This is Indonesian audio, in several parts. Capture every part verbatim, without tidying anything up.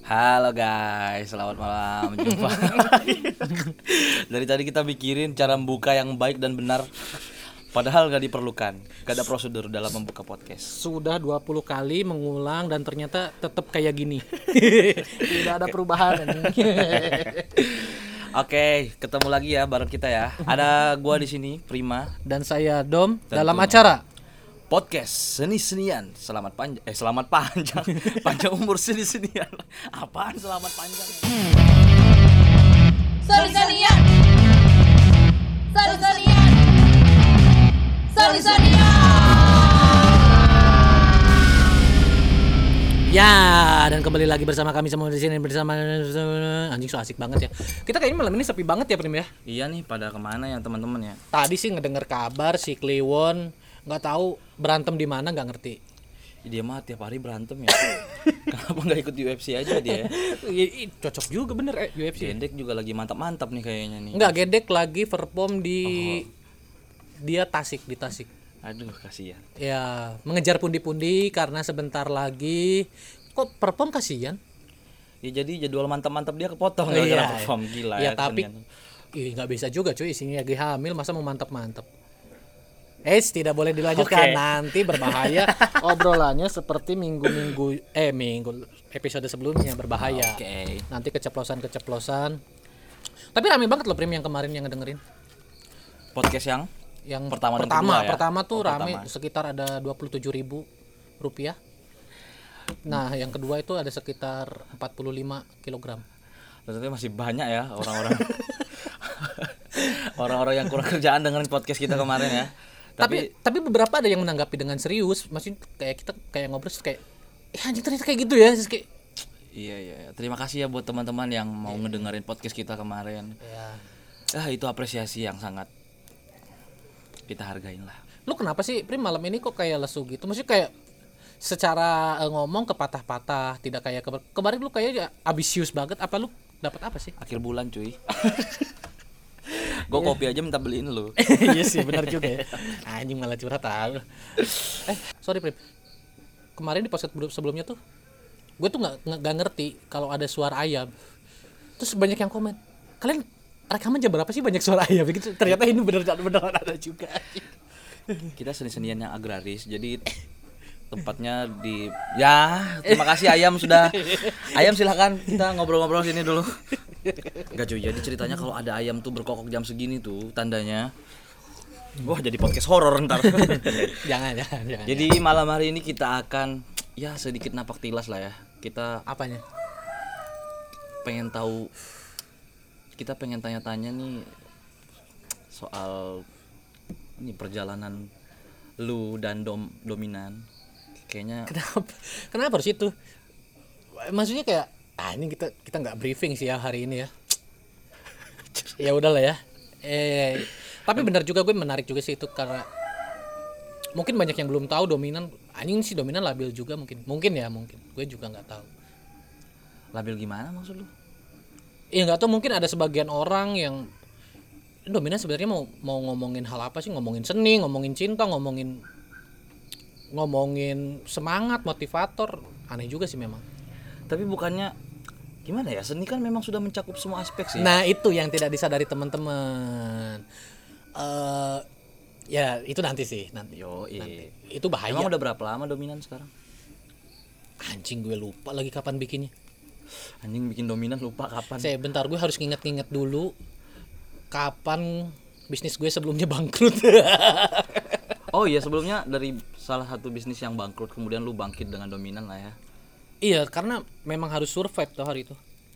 Halo guys, selamat malam. Jumpa lagi. Dari tadi kita mikirin cara membuka yang baik dan benar. Padahal gak diperlukan. Gak ada prosedur dalam membuka podcast. Sudah dua puluh kali mengulang dan ternyata tetap kayak gini. Tidak ada perubahan. Oke, ketemu lagi ya bareng kita ya. Ada gua di sini, Prima, Dan saya Dom Dan dalam Tuna. acara podcast seni-senian. Selamat panjang eh selamat panjang. Panjang umur seni-senian. Apaan selamat panjang? Seni-senian Seni-senian Seni-senian. Ya, dan kembali lagi bersama kami semua di sini bersama anjing so asik banget ya. Kita kayaknya malam ini sepi banget ya, Prim ya. Iya nih, pada kemana ya teman-teman ya? Tadi sih ngedenger kabar si Kliwon nggak tahu berantem di mana, nggak ngerti. Dia mah tiap hari berantem ya. Kenapa nggak ikut U F C aja dia? Ih, cocok juga bener eh, U F C. Gendek juga lagi mantap-mantap nih kayaknya nih. Enggak, Gedek lagi perform di dia Tasik, di Tasik. Aduh, kasihan. Ya, mengejar pundi-pundi karena sebentar lagi kok perform kasihan. Ya jadi jadwal mantap-mantap dia kepotong Oh, gara-gara iya. perform gila Ya, ya. tapi kesenian. ih nggak bisa juga cuy, isinya lagi hamil masa mau mantap-mantap. Eh, tidak boleh dilanjutkan. Oke. Nanti berbahaya. Obrolannya seperti minggu-minggu eh minggu episode sebelumnya berbahaya. Oke. Nanti keceplosan-keceplosan. Tapi rame banget loh Prim yang kemarin yang ngedengerin. Podcast yang Yang Pertama dan pertama, kedua ya? pertama tuh Oh, rame pertama. sekitar ada dua puluh tujuh ribu rupiah. Nah, yang kedua itu ada sekitar empat puluh lima kilogram. ternyata masih banyak ya orang-orang orang-orang yang kurang kerjaan dengerin podcast kita kemarin ya. Tapi, Tapi tapi beberapa ada yang menanggapi dengan serius. Maksudnya kayak kita kayak ngobrol terus kayak eh anjing ternyata kayak gitu ya. Terus kayak iya iya, terima kasih ya buat teman-teman yang mau ngedengerin podcast kita kemarin. ya, Ah, itu apresiasi yang sangat kita hargain lah. lu kenapa sih Prim malam ini kok kayak lesu gitu? Maksudnya kayak secara eh, ngomong kepatah-patah, tidak kayak keber- kemarin lu kayak ya ambisius banget. Apa lu dapat apa sih? Akhir bulan cuy. Gue kopi aja minta beliin lu. Iya sih, benar juga ya. Anjing malah curhat tahu. Eh, sorry Prim. Kemarin di podcast sebelumnya tuh gue tuh nggak nggak ngerti kalau ada suara ayam. Terus banyak yang komen, kalian rekaman jam berapa sih banyak suara ayam begitu? Ternyata ini beneran beneran ada juga. Kita seni-senian yang agraris, jadi tempatnya di ya terima kasih ayam sudah ayam silakan kita ngobrol-ngobrol sini dulu. Enggak cuy, jadi ceritanya kalau ada ayam tuh berkokok jam segini tuh tandanya wah jadi podcast horor ntar. jangan, jangan, jangan. Jadi malam hari ini kita akan ya sedikit napak tilas lah ya. Kita Apanya? pengen tahu, kita pengen tanya-tanya nih soal ini perjalanan lu dan dom dominan. Kayaknya Kenapa? Kenapa harus itu? Maksudnya kayak ah ini kita kita nggak briefing sih ya hari ini ya. Ya udahlah ya. Eh tapi benar juga, gue menarik juga sih itu karena mungkin banyak yang belum tahu dominan. Anjing sih dominan labil juga mungkin. Mungkin ya mungkin. Gue juga nggak tahu. labil gimana maksud lu? Iya nggak tahu, mungkin ada sebagian orang yang dominan sebenarnya mau mau ngomongin hal apa sih? Ngomongin seni, ngomongin cinta, ngomongin ngomongin semangat, motivator. Aneh juga sih memang. Tapi bukannya gimana ya, seni kan memang sudah mencakup semua aspek sih. Nah itu yang tidak disadari teman-teman. Eh ya itu nanti sih nanti. Yo, Nanti. Itu bahaya. Emang udah berapa lama dominan sekarang? Anjing gue lupa lagi kapan bikinnya. Anjing bikin dominan lupa kapan. Saya bentar gue harus nginget-nginget dulu kapan bisnis gue sebelumnya bangkrut. Oh iya, sebelumnya dari salah satu bisnis yang bangkrut kemudian lu bangkit dengan dominan lah ya. Iya karena memang harus survive tuh hari itu.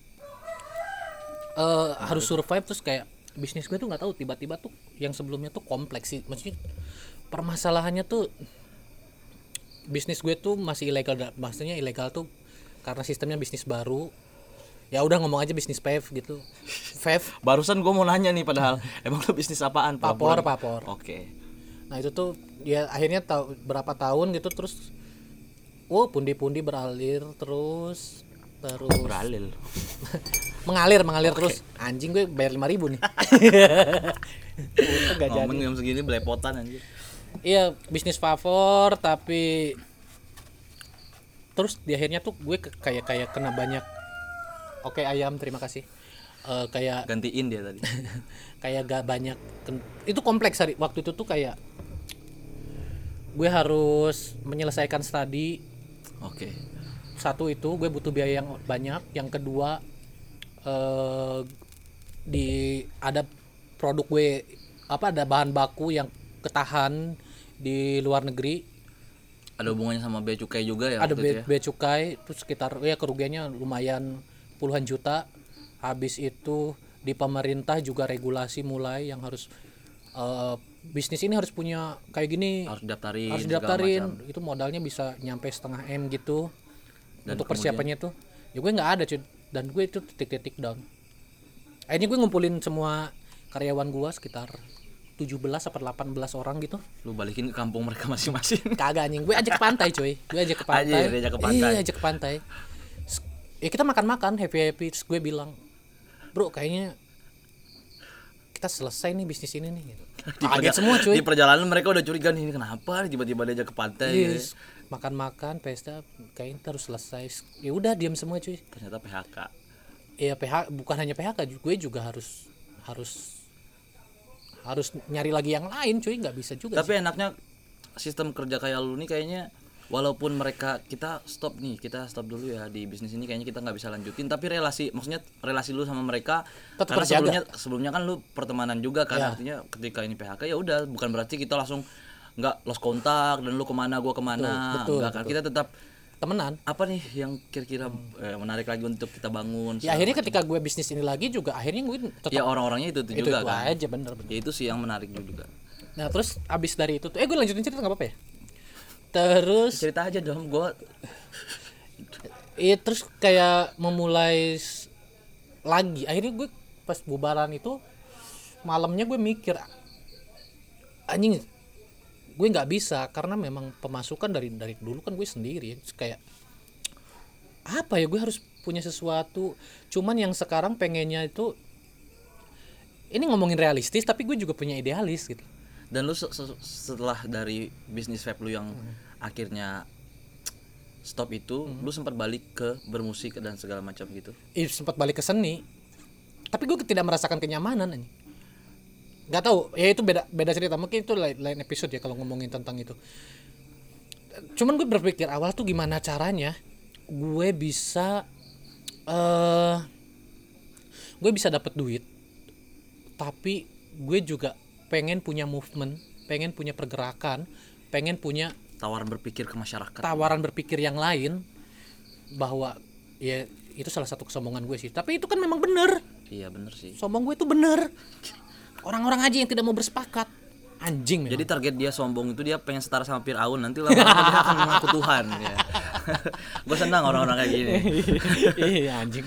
Eh harus survive terus kayak bisnis gue tuh nggak tahu tiba-tiba tuh yang sebelumnya tuh kompleks sih. Maksudnya permasalahannya tuh bisnis gue tuh masih ilegal, maksudnya ilegal tuh karena sistemnya bisnis baru. Ya udah ngomong aja bisnis vape gitu. Vape, Barusan gue mau nanya nih padahal emang lu bisnis apaan? papor, Pura-pura- papor. Oke. Nah itu tuh ya akhirnya tahu berapa tahun gitu terus, oh pundi-pundi beralir terus terus Beralil. mengalir mengalir terus. Anjing gue bayar lima ribu nih. Untung gak jadi. Ngomong jam segini belepotan anjir. Iya bisnis favor tapi terus di akhirnya tuh gue ke- kayak kayak kena banyak Oke ayam, terima kasih. Eh, kayak Gantiin dia tadi. kayak gak banyak ken- itu kompleks hari waktu itu tuh kayak gue harus menyelesaikan studi. Oke. Satu itu gue butuh biaya yang banyak, yang kedua eh, di ada produk gue apa ada bahan baku yang ketahan di luar negeri, Ada hubungannya sama bea cukai juga ya ada waktu itu bea ya. bea cukai itu sekitar ya kerugiannya lumayan puluhan juta. Habis itu di pemerintah juga regulasi mulai yang harus eh, bisnis ini harus punya kayak gini, Harus didaftarin. harus segala didaftarin. macam. Itu modalnya bisa nyampe setengah m gitu. Dan untuk kemudian- persiapannya tuh ya gue nggak ada cuy, dan gue itu titik-titik down. Akhirnya gue ngumpulin semua karyawan gue sekitar tujuh belas atau delapan belas orang gitu. Lu balikin ke kampung mereka masing-masing. Kagak anjing, gue ajak ke pantai cuy, gue ajak ke pantai. Anjir, diajak ke pantai. Iya, ajak ke pantai. S- Ya kita makan-makan happy-happy. Terus gue bilang, bro kayaknya kita selesai nih bisnis ini nih gitu. Di Kaget perja- semua cuy. Di perjalanan mereka udah curiga nih, ini kenapa nih tiba-tiba diajak ke pantai. gitu. Yes. Makan-makan pesta kayaknya kita harus selesai. Ya udah diam semua cuy. Ternyata P H K. Iya P H bukan hanya P H K, gue juga harus harus harus nyari lagi yang lain cuy, nggak bisa juga Tapi enaknya sistem kerja kayak lu nih kayaknya, walaupun mereka kita stop nih, kita stop dulu ya di bisnis ini, kayaknya kita nggak bisa lanjutin, tapi relasi, maksudnya relasi lu sama mereka, Tetap karena terjaga. sebelumnya sebelumnya kan lu pertemanan juga kan, Ya. artinya ketika ini P H K ya udah, bukan berarti kita langsung nggak lost kontak dan lu kemana gua kemana, Betul, betul, enggak kan, kita tetap temenan. apa nih yang kira-kira eh, menarik lagi untuk kita bangun. Ya akhirnya ketika gue bisnis ini lagi juga akhirnya gue tetap ya orang-orangnya itu, itu itu, juga itu kan. aja bener-bener. Ya itu sih yang menarik juga. Nah terus abis dari itu tuh, eh gue lanjutin cerita nggak apa-apa ya? Terus Cerita aja dong, gua iya terus kayak memulai s- lagi. Akhirnya gue pas bubaran itu malamnya gue mikir anjing gue nggak bisa karena memang pemasukan dari dari dulu kan gue sendiri. Terus kayak apa ya, gue harus punya sesuatu. Cuman yang sekarang pengennya itu ini ngomongin realistis tapi gue juga punya idealis gitu. dan lu se- se- setelah dari bisnis vape lu yang akhirnya stop itu, lu sempat balik ke bermusik dan segala macam gitu. Ih, sempat balik ke seni tapi gue tidak merasakan kenyamanan anjing. Nggak tahu ya, itu beda beda cerita, mungkin itu lain, lain episode ya kalau ngomongin tentang itu. Cuman gue berpikir awal tuh gimana caranya gue bisa eh gue bisa dapat duit tapi gue juga pengen punya movement, pengen punya pergerakan, pengen punya Tawaran berpikir ke masyarakat. tawaran berpikir yang lain, bahwa ya itu salah satu kesombongan gue sih. Tapi itu kan memang bener, Iya bener sih. sombong gue itu bener. Orang-orang aja yang tidak mau bersepakat, anjing memang. Jadi target dia sombong itu dia pengen setara sama Firaun, nanti lama-lama dia akan mengaku Tuhan ya. Gue senang orang-orang kayak gini. Iya anjing.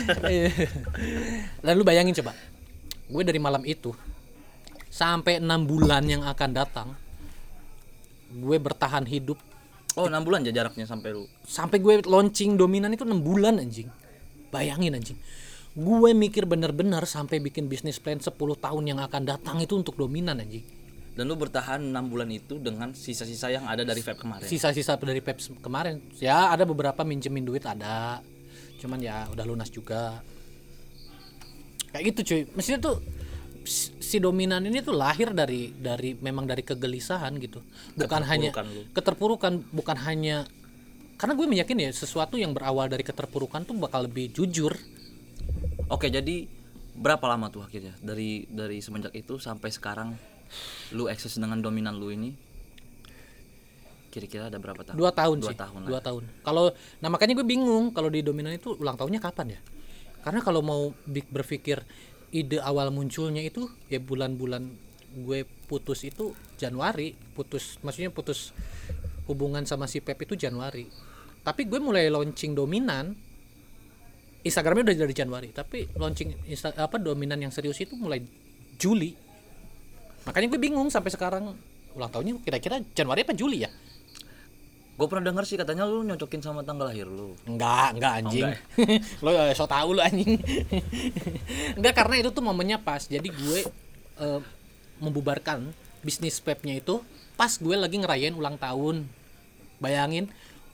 Dan lu bayangin coba, gue dari malam itu sampai enam bulan yang akan datang, gue bertahan hidup Oh enam bulan aja jaraknya sampai lu. sampai gue launching dominan itu enam bulan anjing. Bayangin anjing. Gue mikir bener-bener sampai bikin bisnis plan sepuluh tahun yang akan datang itu untuk dominan anjing. Dan lu bertahan enam bulan itu dengan sisa-sisa yang ada dari vape kemarin. Sisa-sisa dari Peps kemarin. Ya ada beberapa minjemin duit ada. Cuman ya udah lunas juga. Kayak gitu cuy. Mestinya tuh si si dominan ini tuh lahir dari dari memang dari kegelisahan gitu. Bukan hanya Keterpurukan lu. keterpurukan, bukan hanya karena gue meyakini ya sesuatu yang berawal dari keterpurukan tuh bakal lebih jujur. Oke, jadi berapa lama tuh akhirnya dari dari semenjak itu sampai sekarang lu eksis dengan dominan lu ini? Kira-kira ada berapa tahun? Dua tahun Dua sih. tahun lah. Dua tahun. Kalau nah makanya gue bingung kalau di dominan itu ulang tahunnya kapan ya? Karena kalau mau bi- berpikir ide awal munculnya itu ya bulan-bulan gue putus itu Januari, putus maksudnya putus hubungan sama si Pep itu Januari. Tapi gue mulai launching dominan Instagramnya udah dari Januari, tapi launching Insta, apa dominan yang serius itu mulai Juli. Makanya gue bingung sampai sekarang ulang tahunnya kira-kira Januari apa Juli ya? Gue pernah denger sih katanya lu nyocokin sama tanggal lahir lu. Enggak, enggak anjing. Oh, Lo eh, so tau lo anjing. Enggak, karena itu tuh momennya pas. Jadi gue eh, membubarkan bisnis Pepnya itu pas gue lagi ngerayain ulang tahun. Bayangin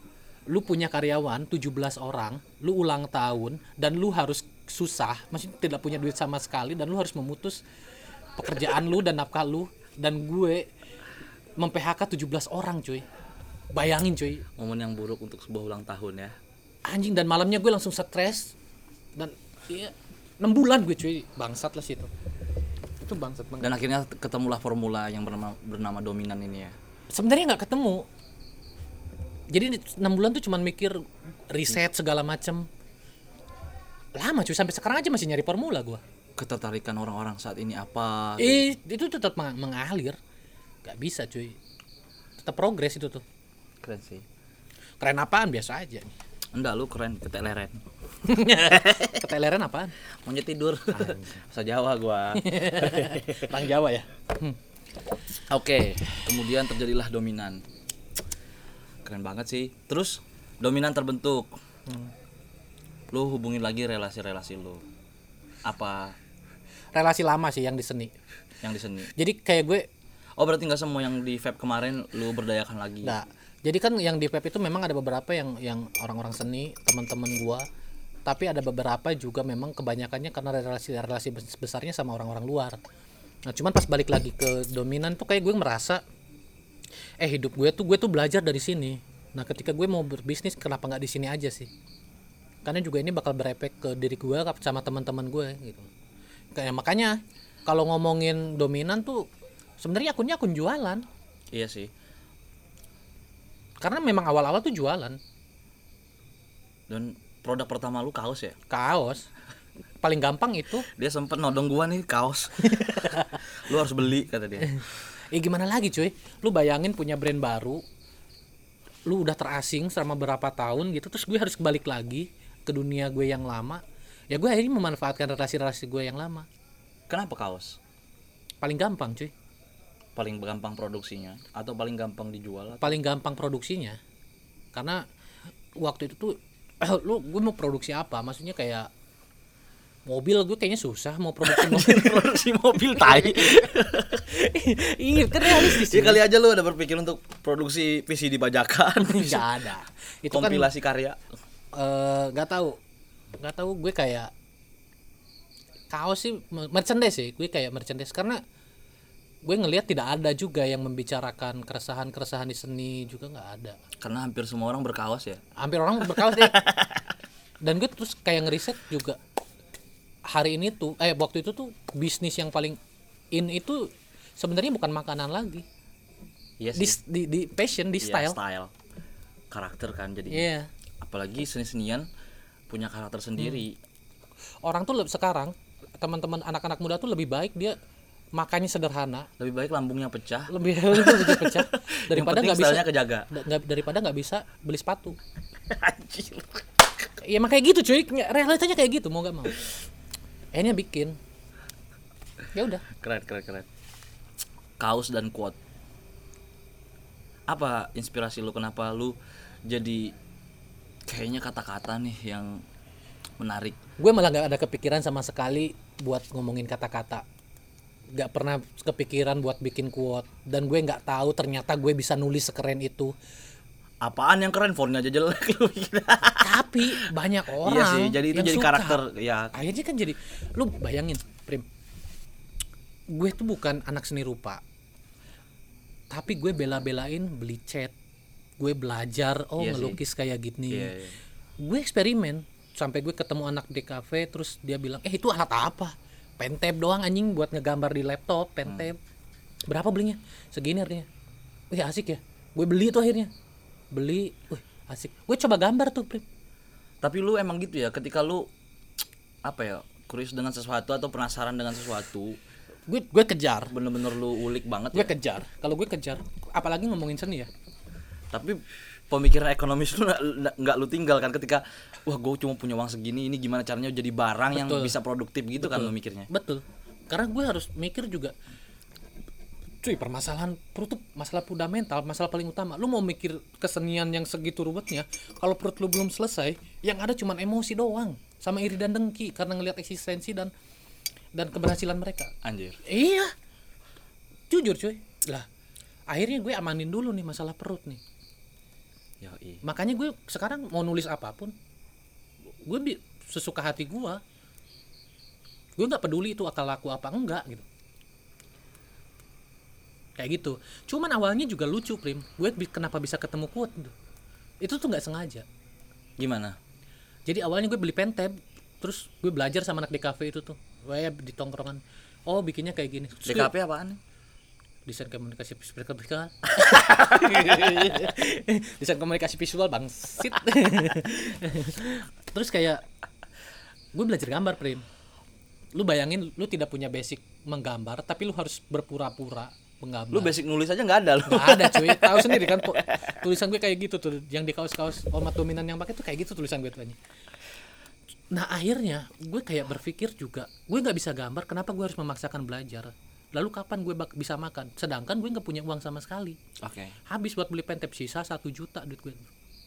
lu punya karyawan tujuh belas orang, lu ulang tahun dan lu harus susah, maksudnya tidak punya duit sama sekali dan lu harus memutus pekerjaan lu dan nafkah lu, dan gue mem-P H K tujuh belas orang cuy. Bayangin cuy, Momen yang buruk untuk sebuah ulang tahun ya. anjing, dan malamnya gue langsung stres dan iya enam bulan gue cuy, bangsat lah situ. Itu bangsat banget. Dan akhirnya ketemulah formula yang bernama bernama dominan ini ya. Sebenarnya nggak ketemu. Jadi enam bulan tuh cuman mikir riset segala macem. Lama cuy, sampai sekarang aja masih nyari formula gua. Ketertarikan orang-orang saat ini apa? Eh, itu tetap meng- mengalir. Gak bisa cuy. Tetap progres itu tuh. Keren sih. Keren apaan, biasa aja. Enggak, lu keren, keteleren. Keteleran apaan? Maunya tidur. Bahasa Jawa gua. Orang Jawa ya. Hmm. Oke, kemudian terjadilah dominan. Keren banget sih. Terus dominan terbentuk. Hmm. Lu hubungin lagi relasi-relasi lu. Apa Relasi lama sih yang di seni. yang di seni? Jadi kayak gue Oh, berarti nggak semua yang di vape kemarin lu berdayakan lagi. Nah, jadi kan yang di vape itu memang ada beberapa yang yang orang-orang seni, teman-teman gua. Tapi ada beberapa juga memang kebanyakannya karena relasi-relasi besarnya sama orang-orang luar. Nah, cuman pas balik lagi ke dominan tuh kayak gue merasa eh hidup gue tuh gue tuh belajar dari sini. Nah, ketika gue mau berbisnis kenapa nggak di sini aja sih? Karena juga ini bakal berefek ke diri gue sama teman-teman gue gitu. Kayak makanya kalau ngomongin dominan tuh sebenarnya akunnya akun jualan. Iya sih. Karena memang awal-awal tuh jualan Dan produk pertama lu kaos ya? kaos. Paling gampang itu. Dia sempet nodong gua nih kaos. Lu harus beli kata dia. Eh gimana lagi cuy? Lu bayangin punya brand baru. Lu udah terasing selama berapa tahun gitu, terus gue harus balik lagi ke dunia gue yang lama. Ya gue akhirnya memanfaatkan relasi-relasi gue yang lama. Kenapa kaos? Paling gampang cuy. Paling gampang produksinya atau paling gampang dijual? Paling gampang produksinya. Karena waktu itu tuh lu gue mau produksi apa? Maksudnya kayak mobil, gue kayaknya susah mau produksi mobil. Produksi mobil tai. Iya kan realistis. Ya kali aja lu ada berpikir untuk produksi P C di bajakan. Nggak ada. Itu kan Kompilasi karya. eh nggak tahu. Nggak tahu gue kayak kaos sih, merchandise sih. Gue kayak merchandise karena gue ngelihat tidak ada juga yang membicarakan keresahan-keresahan di seni, juga nggak ada. Karena hampir semua orang berkaos ya. Hampir orang berkaos deh. Dan gue terus kayak ngeriset juga hari ini tuh eh waktu itu tuh bisnis yang paling in itu sebenarnya bukan makanan lagi. Iya Di, sih. di, di passion, di Iya, style. style. Karakter kan jadi. Iya. Apalagi seni-senian punya karakter sendiri. Orang tuh le- sekarang teman-teman anak-anak muda tuh lebih baik dia makannya sederhana, Lebih baik lambungnya pecah. lebih lebih pecah daripada Yang penting nggak bisa stylenya kejaga. da- nggak- daripada nggak bisa beli sepatu. Anjir. Ya makanya gitu cuy, realitanya kayak gitu mau nggak mau. Akhirnya bikin. Ya udah. Keren keren keren. Kaos dan quote. Apa inspirasi lu, kenapa lu jadi kayaknya kata-kata nih yang menarik? Gue malah nggak ada kepikiran sama sekali buat ngomongin kata-kata. Nggak pernah kepikiran buat bikin quote. Dan gue nggak tahu ternyata gue bisa nulis sekeren itu. Apaan yang keren, fontnya aja jelek lu. Tapi banyak orang Iya sih, jadi itu yang jadi suka. karakter ya. Akhirnya kan jadi, lu bayangin Prim, gue tuh bukan anak seni rupa, tapi gue bela-belain beli cat, gue belajar oh Iya sih. ngelukis kayak gini. Iya, iya. Gue eksperimen sampai gue ketemu anak di kafe, terus dia bilang eh itu alat apa? Pentap doang anjing buat ngegambar di laptop. Pentap berapa belinya? Segini harganya. Wih asik ya, gue beli tuh akhirnya beli. Wih asik, gue coba gambar tuh Prim. Tapi lu emang gitu ya, ketika lu apa ya, curious dengan sesuatu atau penasaran dengan sesuatu, gue gue kejar. bener-bener lu ulik banget Gue ya. kejar. Kalau gue kejar, apalagi ngomongin seni ya. Tapi pemikiran ekonomis lu nggak nggak lu tinggalkan ketika wah gue cuma punya uang segini, ini gimana caranya jadi barang yang Betul. bisa produktif gitu kan Betul. lu mikirnya. Betul. Karena gue harus mikir juga. Cuy, permasalahan perut tuh masalah fundamental, masalah paling utama. Lu mau mikir kesenian yang segitu ruwetnya, kalau perut lu belum selesai, yang ada cuman emosi doang sama iri dan dengki karena ngelihat eksistensi dan dan keberhasilan mereka. Anjir. Iya. Jujur cuy. Lah, akhirnya gue amanin dulu nih masalah perut nih. Yoi. Makanya gue sekarang mau nulis apapun, gue bi- sesuka hati gue. Gue nggak peduli itu akal laku apa enggak gitu. Kayak gitu. Cuman awalnya juga lucu, Prim. Gue bi- kenapa bisa ketemu quote gitu. Itu tuh nggak sengaja. Gimana? Jadi awalnya gue beli pentab, terus gue belajar sama anak D K V itu tuh. Gue di tongkrongan. Oh, bikinnya kayak gini. Terus D K P gue- apaan? desain komunikasi visual. Desain komunikasi visual bangsit. Terus kayak gue belajar gambar, Prim. Lu bayangin lu tidak punya basic menggambar, tapi lu harus berpura-pura menggambar. Lu basic nulis aja nggak ada lu. Nggak ada cuy, tahu sendiri kan po- tulisan gue kayak gitu tuh, yang di kaos-kaos Omat Dominan yang pakai tuh kayak gitu tulisan gue tuh. Nah akhirnya gue kayak berpikir juga, gue nggak bisa gambar, kenapa gue harus memaksakan belajar? Lalu kapan gue bak- bisa makan? Sedangkan gue nggak punya uang sama sekali. Oke. Habis buat beli pentep, sisa satu juta duit gue.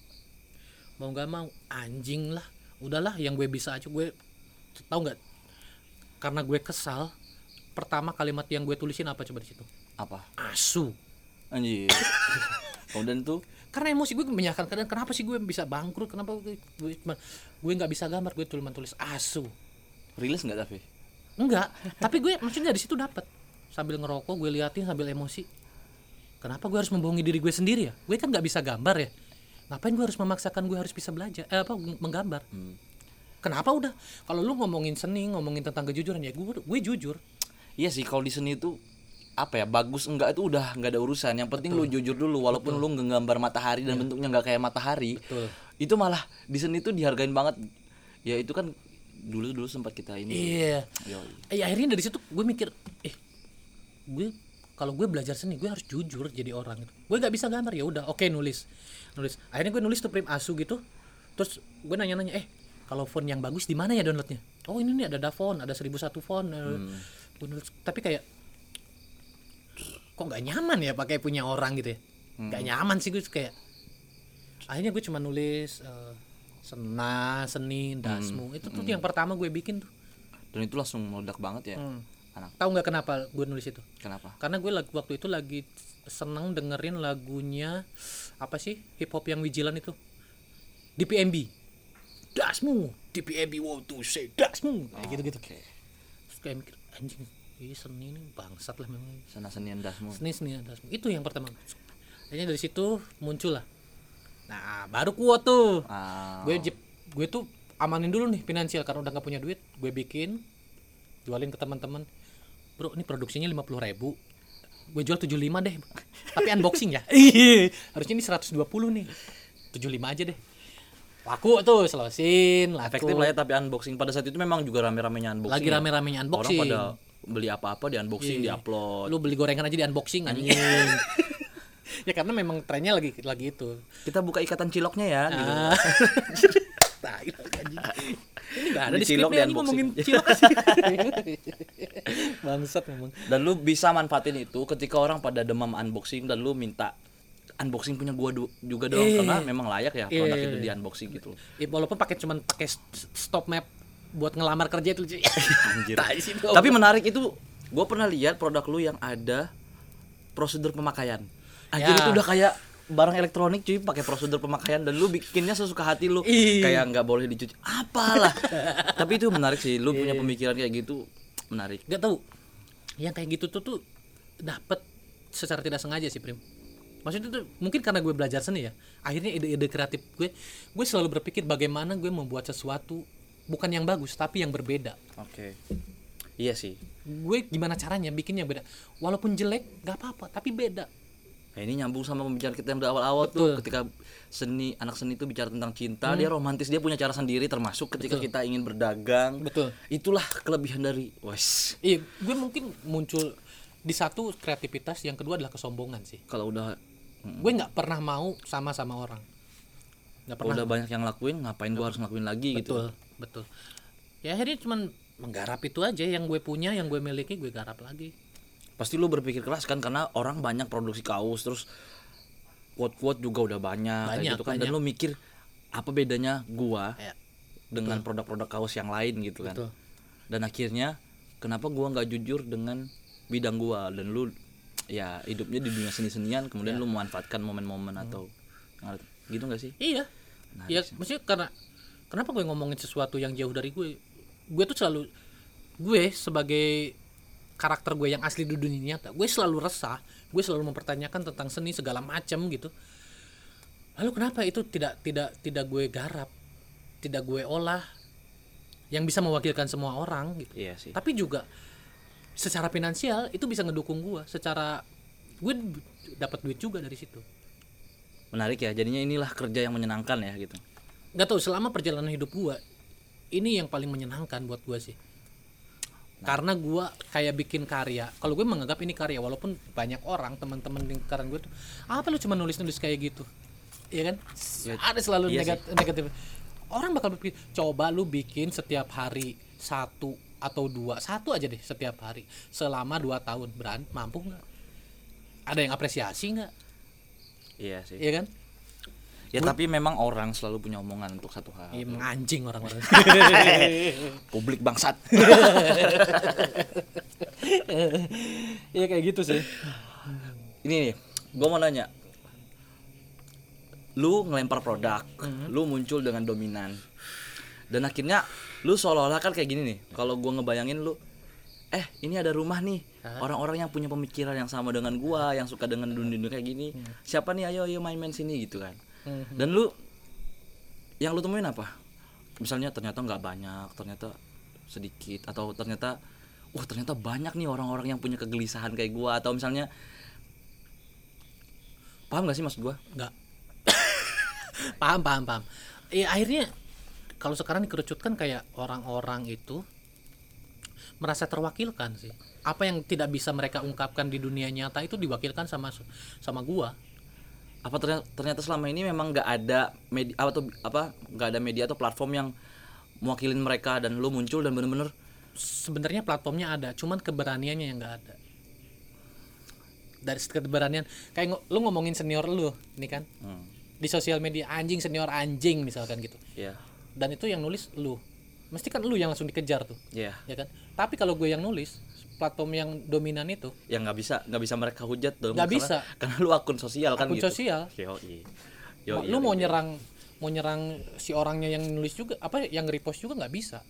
Mau nggak mau, anjing lah. Udahlah, yang gue bisa aja. Gue tahu nggak? Karena gue kesal. Pertama kalimat yang gue tulisin apa coba di situ? Apa? Asu. Anjir. Kemudian tuh Karena emosi gue menyalahkan keadaan. Kenapa sih gue bisa bangkrut? Kenapa gue gue cuma- gue nggak bisa gambar? Gue cuma tulis asu. rilis nggak tapi? Enggak. Tapi gue maksudnya dari situ dapat. Sambil ngerokok gue liatin sambil emosi. Kenapa gue harus membohongi diri gue sendiri ya? Gue kan nggak bisa gambar ya. Ngapain gue harus memaksakan gue harus bisa belajar? Eh, apa menggambar? Hmm. Kenapa udah? Kalau lu ngomongin seni, ngomongin tentang kejujuran ya gue gue jujur. Iya sih, kalau di seni itu apa ya, bagus enggak itu udah nggak ada urusan. Yang penting lu jujur dulu, walaupun lu nggambar matahari dan bentuknya nggak kayak matahari. Betul. Itu malah di seni itu dihargain banget. Ya itu kan dulu dulu sempat kita ini. Iya. Yoi. Eh akhirnya dari situ gue mikir, eh gue kalau gue belajar seni gue harus jujur jadi orang gitu. Gue nggak bisa gambar ya udah, oke nulis, nulis. Akhirnya gue nulis tuh Prim asu gitu. Terus gue nanya-nanya, eh kalau font yang bagus di mana ya downloadnya? Oh ini nih ada Dafont, ada seribu satu font. Hmm. Gue nulis, tapi kayak kok nggak nyaman ya pakai punya orang gitu ya. Nggak hmm. nyaman sih gue kayak. Akhirnya gue cuma nulis uh, sena, seni, dasmu. Hmm. Itu tuh hmm. yang pertama gue bikin tuh. Dan itu langsung meledak banget ya. Hmm. Anak. Tahu nggak kenapa gue nulis itu? Kenapa? Karena gue lagi, waktu itu lagi seneng dengerin lagunya apa sih hip hop yang Wijilan itu, D P M B, dasmu, D P M B want to say dasmu, kayak oh, gitu-gitu. Okay. Terus kayak mikir anjing, ini seni ini bangsat lah memang. Sana senian dasmu. Seni senian dasmu itu yang pertama. Akhirnya dari situ muncul lah. Nah baru kuat tuh. Oh. Gue gue tuh amanin dulu nih finansial karena udah nggak punya duit. Gue bikin, jualin ke teman-teman. Bro ini produksinya lima puluh ribu, gue jual tujuh puluh lima deh, tapi unboxing ya. Harusnya ini seratus dua puluh nih, tujuh puluh lima aja deh. Laku tuh, selosin, laku. Efektif lah ya, tapi unboxing pada saat itu memang juga rame-ramenya unboxing. Lagi rame-ramenya unboxing. Orang pada beli apa-apa di unboxing, yeah. di-upload. Lu beli gorengan aja di unboxing anjing. Ya karena memang trennya lagi lagi itu. Kita buka ikatan ciloknya ya nah. gitu. Ini gak ada di skripnya, ini ngomongin cilok sih. Bangsat memang. Dan lu bisa manfaatin itu ketika orang pada demam unboxing dan lu minta unboxing punya gua du- juga dong, e. karena memang layak ya produk e. itu di unboxing gitu. E, walaupun pakai cuman pakai stop map buat ngelamar kerja itu. Anjir. Tapi menarik itu, gua pernah lihat produk lu yang ada prosedur pemakaian. Anjir ya. Itu udah kayak barang elektronik cuy, pakai prosedur pemakaian dan lu bikinnya sesuka hati lu. Ih. Kayak nggak boleh dicuci apalah. Tapi itu menarik sih, lu punya pemikiran kayak gitu menarik. Gak tahu yang kayak gitu tuh tuh dapet secara tidak sengaja sih Prim. Maksudnya tuh mungkin karena gue belajar seni ya, akhirnya ide-ide kreatif gue gue selalu berpikir bagaimana gue membuat sesuatu bukan yang bagus tapi yang berbeda. Oke. Iya sih. Gue gimana caranya bikin yang beda, walaupun jelek nggak apa-apa tapi beda. Nah, ini nyambung sama pembicaraan kita yang dari awal-awal. Betul. Tuh ketika seni anak seni itu bicara tentang cinta, hmm. dia romantis, dia punya cara sendiri, termasuk ketika Betul. Kita ingin berdagang. Betul. Itulah kelebihan dari wes. Iya, gue mungkin muncul di satu kreativitas, yang kedua adalah kesombongan sih. Kalau udah mm. gue nggak pernah mau sama sama orang. Nggak pernah. Udah banyak yang lakuin, ngapain gue harus ngelakuin lagi? Betul, gitu. Betul. Ya akhirnya cuman menggarap itu aja, yang gue punya, yang gue miliki, gue garap lagi. Pasti lu berpikir keras kan, karena orang banyak produksi kaos, terus quote-quote juga udah banyak, banyak gitu kan, banyak. Dan lu mikir apa bedanya gua ya. Dengan Betul. Produk-produk kaos yang lain gitu kan. Betul. Dan akhirnya kenapa gua nggak jujur dengan bidang gua, dan lu ya hidupnya di dunia seni-senian, kemudian ya. Lu memanfaatkan momen-momen hmm. atau gitu nggak sih? Iya. Menarik Ya sih. maksudnya karena kenapa gue ngomongin sesuatu yang jauh dari gue? Gue tuh selalu gue sebagai karakter gue yang asli di dunia nyata, gue selalu resah, gue selalu mempertanyakan tentang seni segala macam gitu. Lalu kenapa itu tidak tidak tidak gue garap, tidak gue olah, yang bisa mewakilkan semua orang gitu. Iya sih. Tapi juga secara finansial itu bisa ngedukung gue, secara gue dapat duit juga dari situ. Menarik ya, jadinya inilah kerja yang menyenangkan ya gitu. Nggak tahu selama perjalanan hidup gue, ini yang paling menyenangkan buat gue sih. Karena gue kayak bikin karya. Kalau gue menganggap ini karya, walaupun banyak orang teman-teman lingkaran gue tuh, apa lu cuma nulis-nulis kayak gitu, iya kan? Ya, Ada selalu iya negat- negatif. Orang bakal berpikir, coba lu bikin setiap hari satu atau dua, satu aja deh setiap hari selama dua tahun, beran mampu nggak? Ada yang apresiasi nggak? Iya sih. Iya kan? Ya tapi memang orang selalu punya omongan untuk satu hal. Iya, menganjing orang-orang. Publik bangsat. Iya kayak gitu sih. Ini nih, gue mau nanya. Lu ngelempar produk, lu muncul dengan dominan. Dan akhirnya lu seolah-olah kan kayak gini nih. Kalau gue ngebayangin lu, eh ini ada rumah nih. Orang-orang yang punya pemikiran yang sama dengan gua, yang suka dengan dunia-dunia kayak gini. Siapa nih, ayo ayo main-main sini gitu kan. Dan lu yang lu temuin apa? Misalnya ternyata nggak banyak, ternyata sedikit, atau ternyata wah ternyata banyak nih orang-orang yang punya kegelisahan kayak gua, atau misalnya paham nggak sih maksud gua? Nggak. paham paham paham. Ya akhirnya kalau sekarang dikerucutkan kayak orang-orang itu merasa terwakilkan sih. Apa yang tidak bisa mereka ungkapkan di dunia nyata itu diwakilkan sama sama gua. Apa ternyata, ternyata selama ini memang nggak ada media atau apa nggak ada media atau platform yang mewakilin mereka dan lu muncul dan bener-bener Sebenarnya platformnya ada, cuman keberaniannya yang nggak ada. Dari keberanian kayak ng- lu ngomongin senior lu, ini kan hmm, di sosial media anjing senior anjing misalkan gitu. ya Dan itu yang nulis lu. Mesti kan lu yang langsung dikejar tuh, ya ya kan? Tapi kalau gue yang nulis, platform yang dominan itu yang nggak bisa nggak bisa mereka hujat dong Nggak karena- bisa. karena lu akun sosial kan akun gitu. sosial. Yoi. Ma- Yoi, lu yoi, mau yoi. nyerang mau nyerang si orangnya yang nulis juga apa yang repost juga nggak bisa.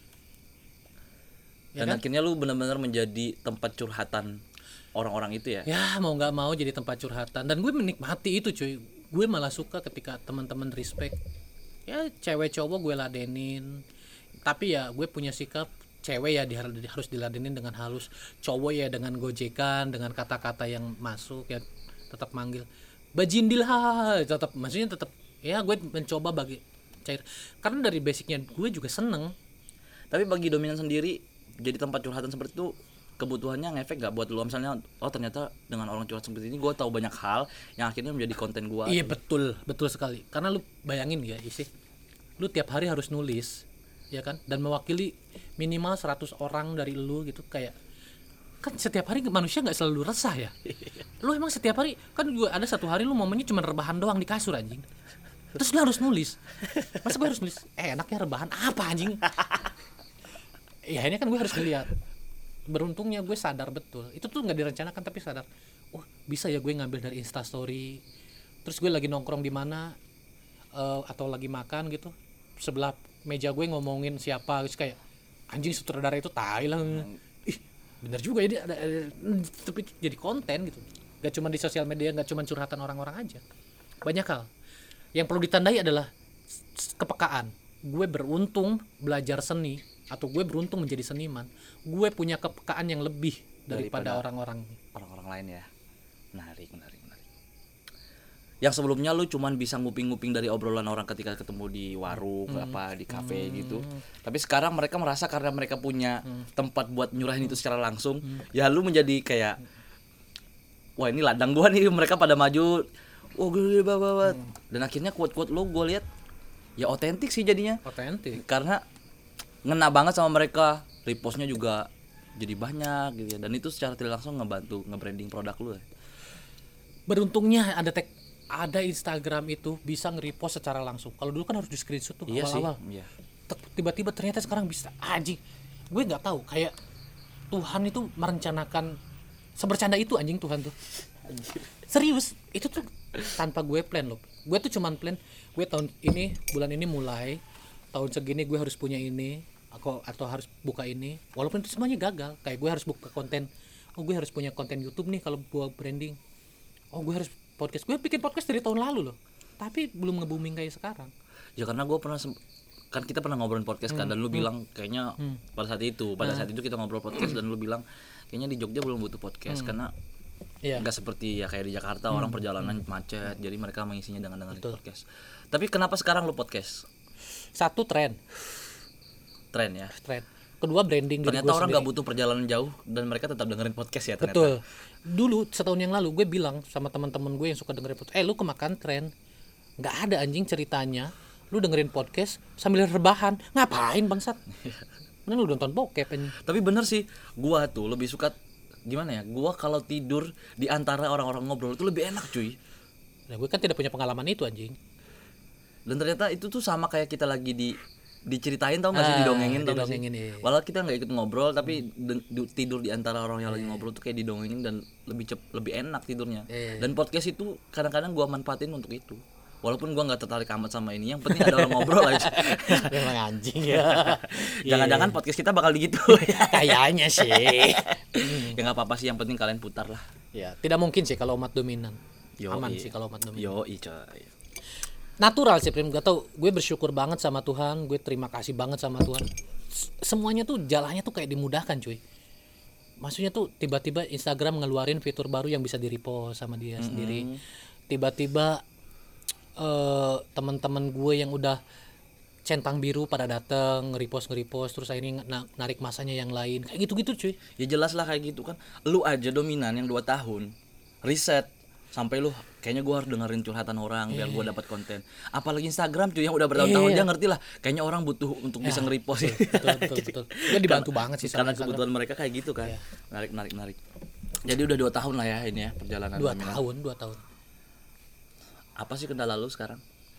Ya Dan kan? akhirnya lu benar-benar menjadi tempat curhatan orang-orang itu ya. Ya mau nggak mau jadi tempat curhatan dan gue menikmati itu cuy. Gue malah suka ketika teman-teman respect. Ya cewek cowok gue ladenin. Tapi ya gue punya sikap cewek ya di, harus diladenin dengan halus, cowok ya dengan gojekan, dengan kata-kata yang masuk ya tetap manggil bajindil ha tetap maksudnya tetap ya gue mencoba bagi cair karena dari basicnya gue juga seneng. Tapi bagi dominan sendiri jadi tempat curhatan seperti itu kebutuhannya ngefek gak buat lu misalnya oh ternyata dengan orang curhat seperti ini gue tahu banyak hal yang akhirnya menjadi konten gue. Iya betul betul sekali karena lu bayangin ya isi lu tiap hari harus nulis ya kan dan mewakili minimal seratus orang dari lu gitu kayak kan setiap hari manusia nggak selalu resah ya. Lu emang setiap hari kan juga ada satu hari lu momennya cuma rebahan doang di kasur anjing. Terus lu harus nulis. Masa gue harus nulis? Eh enaknya rebahan apa anjing? Ya ini kan gue harus ngeliat. Beruntungnya gue sadar betul. Itu tuh nggak direncanakan tapi sadar. Oh bisa ya gue ngambil dari Instastory. Terus gue lagi nongkrong di mana uh, atau lagi makan gitu. Sebelah meja gue ngomongin siapa terus kayak anjing sutradara itu tai lah. Ih bener juga ya dia ada, ada tapi jadi konten gitu. Gak cuma di sosial media, gak cuma curhatan orang-orang aja. Banyak hal. Yang perlu ditandai adalah kepekaan. Gue beruntung belajar seni atau gue beruntung menjadi seniman. Gue punya kepekaan yang lebih daripada, Daripada orang-orang. orang-orang lain ya. Menarik, menarik, menarik. Yang sebelumnya lu cuman bisa nguping-nguping dari obrolan orang ketika ketemu di warung Hmm. apa di kafe gitu. Tapi sekarang mereka merasa karena mereka punya tempat buat nyurahin itu secara langsung, ya lu menjadi kayak wah ini ladang gua nih, mereka pada maju. Oh gue bawa dan akhirnya quote-quote lu gua lihat ya otentik sih jadinya. Otentik. Karena ngena banget sama mereka, repostnya juga jadi banyak gitu ya. Dan itu secara tidak langsung ngebantu nge-branding produk lu ya. Beruntungnya ada tag ada Instagram itu bisa nge-repost secara langsung. Kalau dulu kan harus di screenshot tuh Iya sih. awal-awal. Iya. Tek- Tiba-tiba ternyata sekarang bisa anjing. Gue nggak tahu kayak Tuhan itu merencanakan sebercanda itu anjing Tuhan tuh. Serius, itu tuh tanpa gue plan loh. Gue tuh cuman plan, gue tahun ini bulan ini mulai, tahun segini gue harus punya ini, aku atau harus buka ini. Walaupun itu semuanya gagal. Kayak gue harus buka konten. Oh gue harus punya konten YouTube nih kalau buat branding. Oh gue harus podcast. Gue bikin podcast dari tahun lalu loh. Tapi belum nge-booming kayak sekarang. Ya karena gue pernah sem- kan kita pernah ngobrolin podcast kan, Hmm, dan lu hmm. bilang kayaknya Hmm. pada saat itu pada saat itu kita ngobrol podcast dan lu bilang kayaknya di Jogja belum butuh podcast karena Iya. nggak seperti ya kayak di Jakarta orang perjalanan macet, jadi mereka mengisinya dengan dengerin Betul. podcast. Tapi kenapa sekarang lu podcast? Satu tren, Tren ya. tren. Kedua branding diri Ternyata gue orang sendiri. nggak butuh perjalanan jauh dan mereka tetap dengerin podcast ya ternyata. Betul. Dulu setahun yang lalu gue bilang sama teman-teman gue yang suka dengerin podcast, eh lu kemakan tren. Nggak ada anjing ceritanya. Lu dengerin podcast sambil rebahan. Ngapain bangsat? Mending lu nonton bokep anjing. Tapi bener sih, gua tuh lebih suka gimana ya? Gua kalau tidur di antara orang-orang ngobrol itu lebih enak cuy. Nah, gue kan tidak punya pengalaman itu anjing. Dan ternyata itu tuh sama kayak kita lagi di diceritain tau gak sih, Ah, didongengin tau gak sih? didongengin, iya. Walau kita nggak ikut ngobrol tapi de- du- tidur di antara orang yang lagi ngobrol tuh kayak didongengin dan lebih cep lebih enak tidurnya. Iya. Dan podcast itu kadang-kadang gua manfaatin untuk itu. Walaupun gua nggak tertarik amat sama ini, yang penting ada orang ngobrol aja. Memang anjing ya. Jangan-jangan podcast kita bakal gitu. Kayaknya sih. Ya nggak apa-apa sih, yang penting kalian putar lah. Ya, tidak mungkin sih kalau umat dominan. Yoi. Aman sih kalau umat dominan. Yo, coy. Natural sih Prim, gak tau, gue bersyukur banget sama Tuhan, gue terima kasih banget sama Tuhan. S- Semuanya tuh jalannya tuh kayak dimudahkan cuy. Maksudnya tuh tiba-tiba Instagram ngeluarin fitur baru yang bisa di-repost sama dia sendiri. Tiba-tiba eh teman-teman gue yang udah centang biru pada dateng nge-repost nge-repost terus akhirnya na- narik masanya yang lain. Kayak gitu-gitu cuy. Ya jelas lah kayak gitu kan. Lu aja dominan yang dua tahun riset sampai lu kayaknya gua harus dengerin curhatan orang biar gua dapat konten. Apalagi Instagram cuy yang udah bertahun-tahun Iya. dia ngerti lah. Kayaknya orang butuh untuk bisa nge-repost. Betul betul betul. Gue dibantu banget sih Karena sama Instagram. kebutuhan mereka kayak gitu kan. Narik narik narik. Jadi udah dua tahun lah ya ini ya perjalanan Dua dominan. tahun, dua tahun. Apa sih kendala lu sekarang?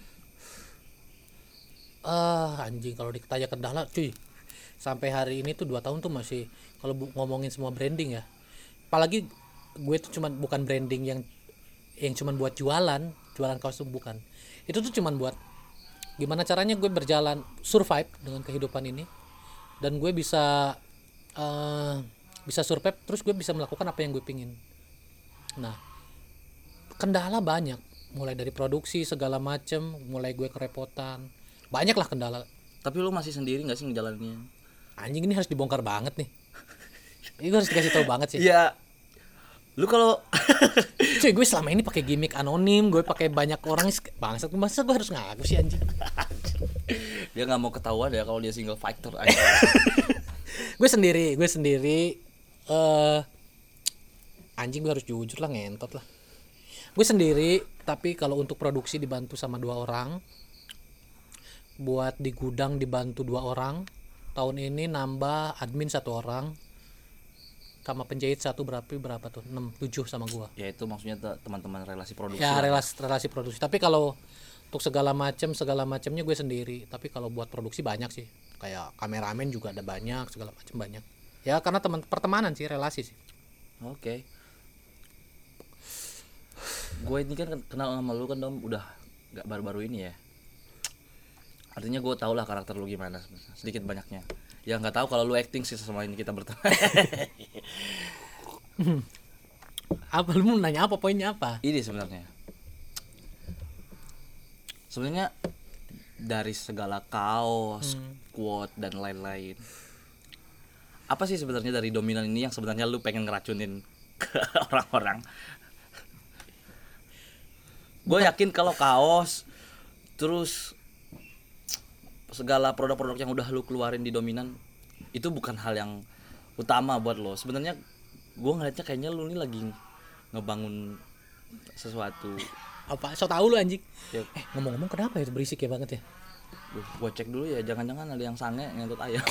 Ah anjing kalau ditanya kendala cuy, sampai hari ini tuh dua tahun tuh masih kalau bu- ngomongin semua branding ya, apalagi gue tuh cuman bukan branding yang yang cuman buat jualan jualan kaos tuh bukan, itu tuh cuman buat gimana caranya gue berjalan survive dengan kehidupan ini dan gue bisa eh, bisa survive terus gue bisa melakukan apa yang gue pingin. Nah kendala banyak, mulai dari produksi segala macem, mulai gue kerepotan, banyak lah kendala. Tapi lu masih sendiri nggak sih ngejalaninnya? Anjing ini harus dibongkar banget nih. Ini gue harus dikasih tahu banget sih. Iya. Lu kalau Cuy gue selama ini pakai gimmick anonim, gue pakai banyak orang bangsat, masa gue harus ngaku sih anjing. dia nggak mau ketahuan ya kalau dia single fighter aja. Gue sendiri, gue sendiri eh anjing gue harus jujur lah, ngentot lah. Gue sendiri, tapi kalau untuk produksi dibantu sama dua orang. Buat di gudang dibantu dua orang. Tahun ini nambah admin satu orang. Sama penjahit satu berapa berapa tuh? enam tujuh sama gua. Ya itu maksudnya te- teman-teman relasi produksi. Ya lah. relasi relasi produksi. Tapi kalau untuk segala macam segala macamnya gue sendiri. Tapi kalau buat produksi banyak sih. Kayak kameramen juga ada banyak, segala macam banyak. Ya karena teman pertemanan sih, relasi sih. Oke. Gue ini kan kenal sama lu kan Dom udah gak baru-baru ini ya. Artinya gue tau lah karakter lu gimana sebenarnya, sedikit banyaknya. Ya nggak tahu kalau lu acting sih sama ini kita berteman. Apa lu mau nanya apa, poinnya apa? Ini sebenarnya. Sebenarnya dari segala kaos, quote dan lain-lain. Apa sih sebenarnya dari dominan ini yang sebenarnya lu pengen ngeracunin ke orang-orang? Gue yakin kalau kaos terus segala produk-produk yang udah lu keluarin di dominan itu bukan hal yang utama buat lo. Sebenarnya gue ngeliatnya kayaknya lu nih lagi ngebangun sesuatu. Apa? So tau lu anjing. Ya, Eh ngomong-ngomong kenapa ya berisik ya banget ya? gue cek dulu ya, jangan-jangan ada yang sange ngentut ayam.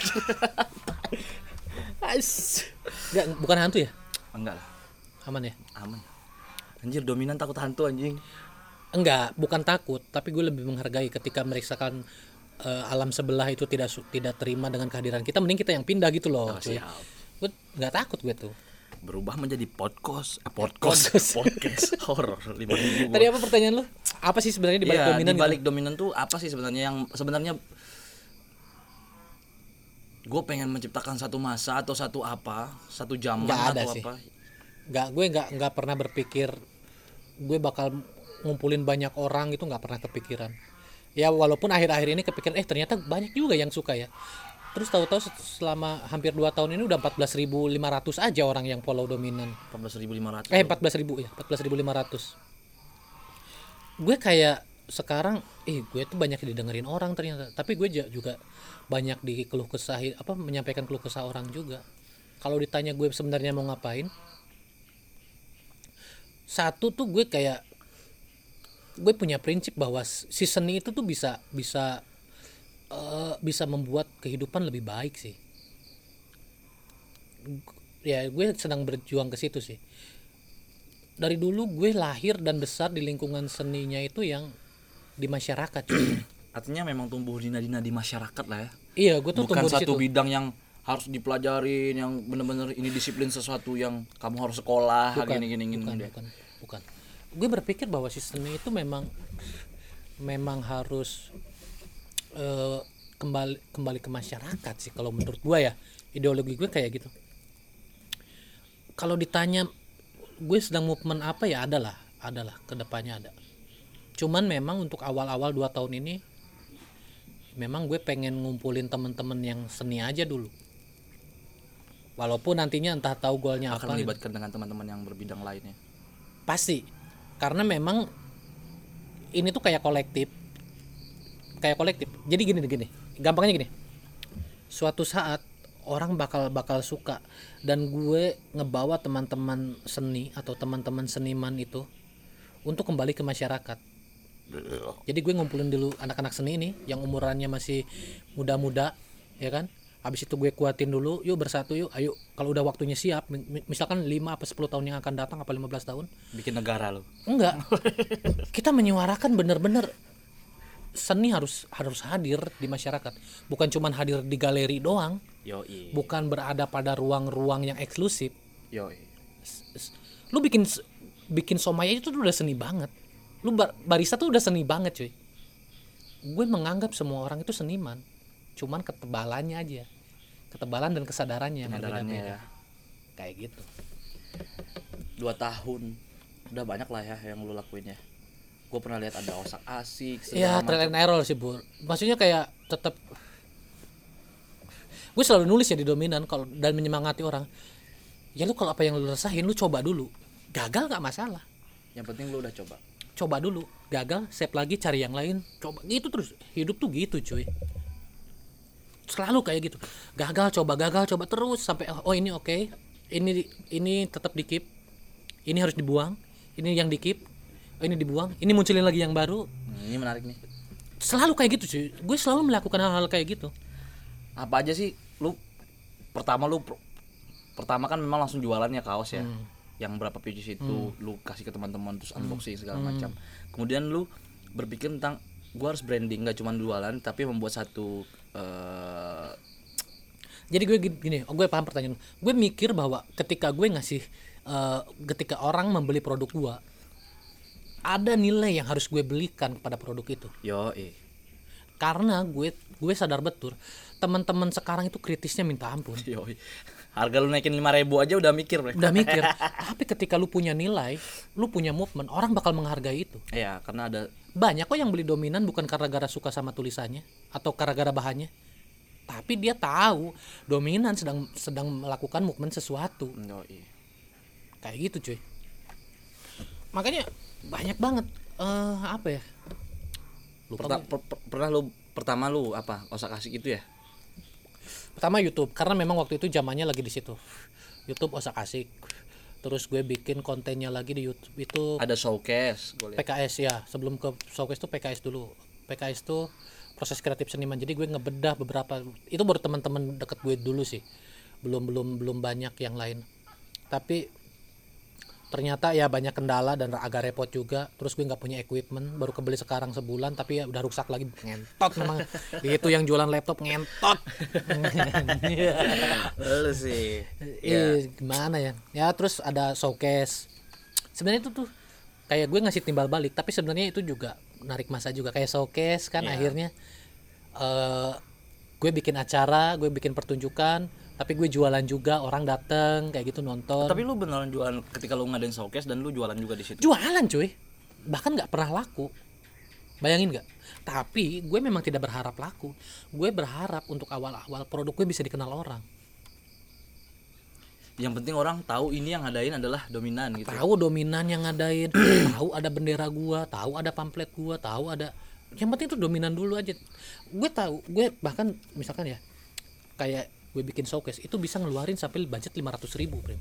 Ais. Enggak, bukan hantu ya? Enggak lah, Aman ya? aman. Anjir, dominan takut hantu anjing. Enggak, bukan takut, tapi gue lebih menghargai ketika meriksakan eh, alam sebelah itu tidak su- tidak terima dengan kehadiran kita, mending kita yang pindah gitu loh. Oh, cuy. siap. Gue nggak takut gue tuh. berubah menjadi podcast, eh, podcast, Podcast. podcast horor lima ribu. Tadi apa pertanyaan lu? Apa sih sebenarnya di balik Iya, dominan? di balik gitu? dominan tuh apa sih sebenarnya yang sebenarnya gue pengen menciptakan satu masa atau satu apa, satu zaman Nggak ada atau sih. apa? Nggak, gue nggak nggak pernah berpikir gue bakal ngumpulin banyak orang, itu nggak pernah kepikiran. Ya walaupun akhir-akhir ini kepikiran, eh ternyata banyak juga yang suka ya. Terus tahu-tahu selama hampir dua tahun ini udah empat belas ribu lima ratus aja orang yang follow dominan. empat belas ribu lima ratus. Eh empat belas ribu ya, empat belas ribu lima ratus. Gue kayak sekarang, eh gue tuh banyak didengerin orang ternyata. Tapi gue juga banyak dikeluh kesahin, apa menyampaikan keluh kesah orang juga. Kalau ditanya gue sebenarnya mau ngapain, satu tuh gue kayak gue punya prinsip bahwa si seni itu tuh bisa bisa uh, bisa membuat kehidupan lebih baik sih. Ya gue sedang berjuang ke situ sih. Dari dulu gue lahir dan besar di lingkungan seninya itu yang di masyarakat. Cuy. Artinya memang tumbuh dina-dina di masyarakat lah ya. Iya, gue tuh Bukan tumbuh di satu situ. bidang yang harus dipelajarin, yang bener-bener ini disiplin sesuatu yang kamu harus sekolah Bukan, gini gini gini. bukan, gini. bukan, bukan. Gue berpikir bahwa si seni itu memang memang harus uh, kembali kembali ke masyarakat sih kalau menurut gue ya. Ideologi gue kayak gitu. Kalau ditanya gue sedang movement apa ya, adalah adalah kedepannya ada. Cuman memang untuk awal-awal dua tahun ini memang gue pengen ngumpulin temen-temen yang seni aja dulu. Walaupun nantinya entah tahu goalnya Akan apa. melibatkan dengan teman-teman yang berbidang lainnya. Pasti. Karena memang ini tuh kayak kolektif. Kayak kolektif. Jadi gini gini. Gampangnya gini. Suatu saat orang bakal bakal suka, dan gue ngebawa teman-teman seni atau teman-teman seniman itu untuk kembali ke masyarakat. Jadi gue ngumpulin dulu anak-anak seni ini yang umurannya masih muda-muda, ya kan? Habis itu gue kuatin dulu, yuk bersatu yuk, ayo kalau udah waktunya siap, misalkan lima apa sepuluh tahun yang akan datang, apa lima belas tahun, Bikin negara lo. enggak. Kita menyuarakan bener-bener seni harus harus hadir di masyarakat, bukan cuman hadir di galeri doang, Yoi. bukan berada pada ruang-ruang yang eksklusif. Yoi. Lu bikin bikin somai itu tuh udah seni banget. Lu bar, barista tuh udah seni banget, cuy. Gue menganggap semua orang itu seniman, cuman ketebalannya aja, ketebalan dan kesadarannya yang Kesadarannya berbeda-beda. ya. Kayak gitu. Dua tahun udah banyak lah ya yang lu lakuin ya. Gue pernah lihat ada osak asik. Ya segala trial macam. and error sih, Bu. Maksudnya kayak tetap gue selalu nulis ya di dominan kalau dan menyemangati orang. Ya lu kalau apa yang lu rasain lu coba dulu. Gagal gak masalah. Yang penting lu udah coba. Coba dulu, gagal, save lagi, cari yang lain, coba gitu terus. Hidup tuh gitu, cuy. Selalu kayak gitu. Gagal, coba, gagal, coba terus sampai oh ini oke. Okay. Ini ini tetap di-keep. Ini harus dibuang. Ini yang di-keep. Oh, ini dibuang. Ini munculin lagi yang baru. Hmm, ini menarik nih. Selalu kayak gitu, cuy. Gue selalu melakukan hal-hal kayak gitu. Apa aja sih lu pertama lu pertama kan memang langsung jualannya kaos ya. Hmm. Yang berapa pieces itu hmm. lu kasih ke teman-teman terus unboxing segala hmm. macam. Kemudian lu berpikir tentang gua harus branding, nggak cuma jualan tapi membuat satu uh... Jadi gue gini, oh gue paham pertanyaan lu. Gue mikir bahwa ketika gue ngasih uh, ketika orang membeli produk gua, ada nilai yang harus gue belikan kepada produk itu. Yo, eh. Karena gue gue sadar betul teman-teman sekarang itu kritisnya minta ampun. Yo, harga lu naikin lima ribu aja udah mikir mereka. Udah mikir. Tapi ketika lu punya nilai, lu punya movement, orang bakal menghargai itu. Iya, karena ada banyak kok yang beli dominan bukan karena gara suka sama tulisannya atau karena gara bahannya, tapi dia tahu dominan sedang sedang melakukan movement sesuatu. Yo, iya. Kayak gitu, cuy. Makanya banyak banget uh, apa ya? Lupa Perta- per- per- pernah lu pertama lu apa? Osak asik itu ya? Pertama YouTube, karena memang waktu itu zamannya lagi di situ. YouTube osak asik. Terus gue bikin kontennya lagi di YouTube itu Ada showcase, gue P K S ya. Sebelum ke showcase tuh P K S dulu. P K S tuh proses kreatif seniman. Jadi gue ngebedah beberapa. Itu baru teman-teman deket gue dulu sih. Belum belum belum banyak yang lain. Tapi ternyata ya banyak kendala dan agak repot juga. Terus gue nggak punya equipment, baru kebeli sekarang sebulan tapi ya udah rusak lagi, ngentot memang. Itu yang jualan laptop ngentot. Lu sih. Eh, gimana ya? Ya terus ada showcase. Sebenarnya itu tuh kayak gue ngasih timbal balik, tapi sebenarnya itu juga narik masa juga kayak showcase kan. Iya. Akhirnya uh, gue bikin acara, gue bikin pertunjukan, tapi gue jualan juga, orang dateng kayak gitu nonton. Tapi lu beneran jualan ketika lu ngadain showcase dan lu jualan juga di situ. Jualan cuy, bahkan nggak pernah laku, bayangin nggak? Tapi gue memang tidak berharap laku, gue berharap untuk awal-awal produk gue bisa dikenal orang. Yang penting orang tahu ini yang ngadain adalah Dominan gitu. Tahu Dominan yang ngadain, tahu ada bendera gua, tahu ada pamflet gua, tahu ada. Yang penting itu Dominan dulu aja. Gue tahu, gue bahkan misalkan ya kayak gue bikin showcase itu bisa ngeluarin sampai budget lima ratus ribu, Bro.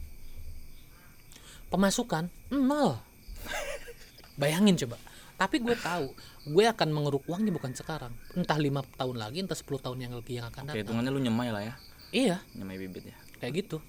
Pemasukan nol. Bayangin coba. Tapi gue tahu, gue akan mengeruk uangnya bukan sekarang. Entah lima tahun lagi, entah sepuluh tahun yang lagi yang akan datang. Oke, hitungannya lu nyemai lah ya. Iya, Nyemai bibit ya. kayak gitu.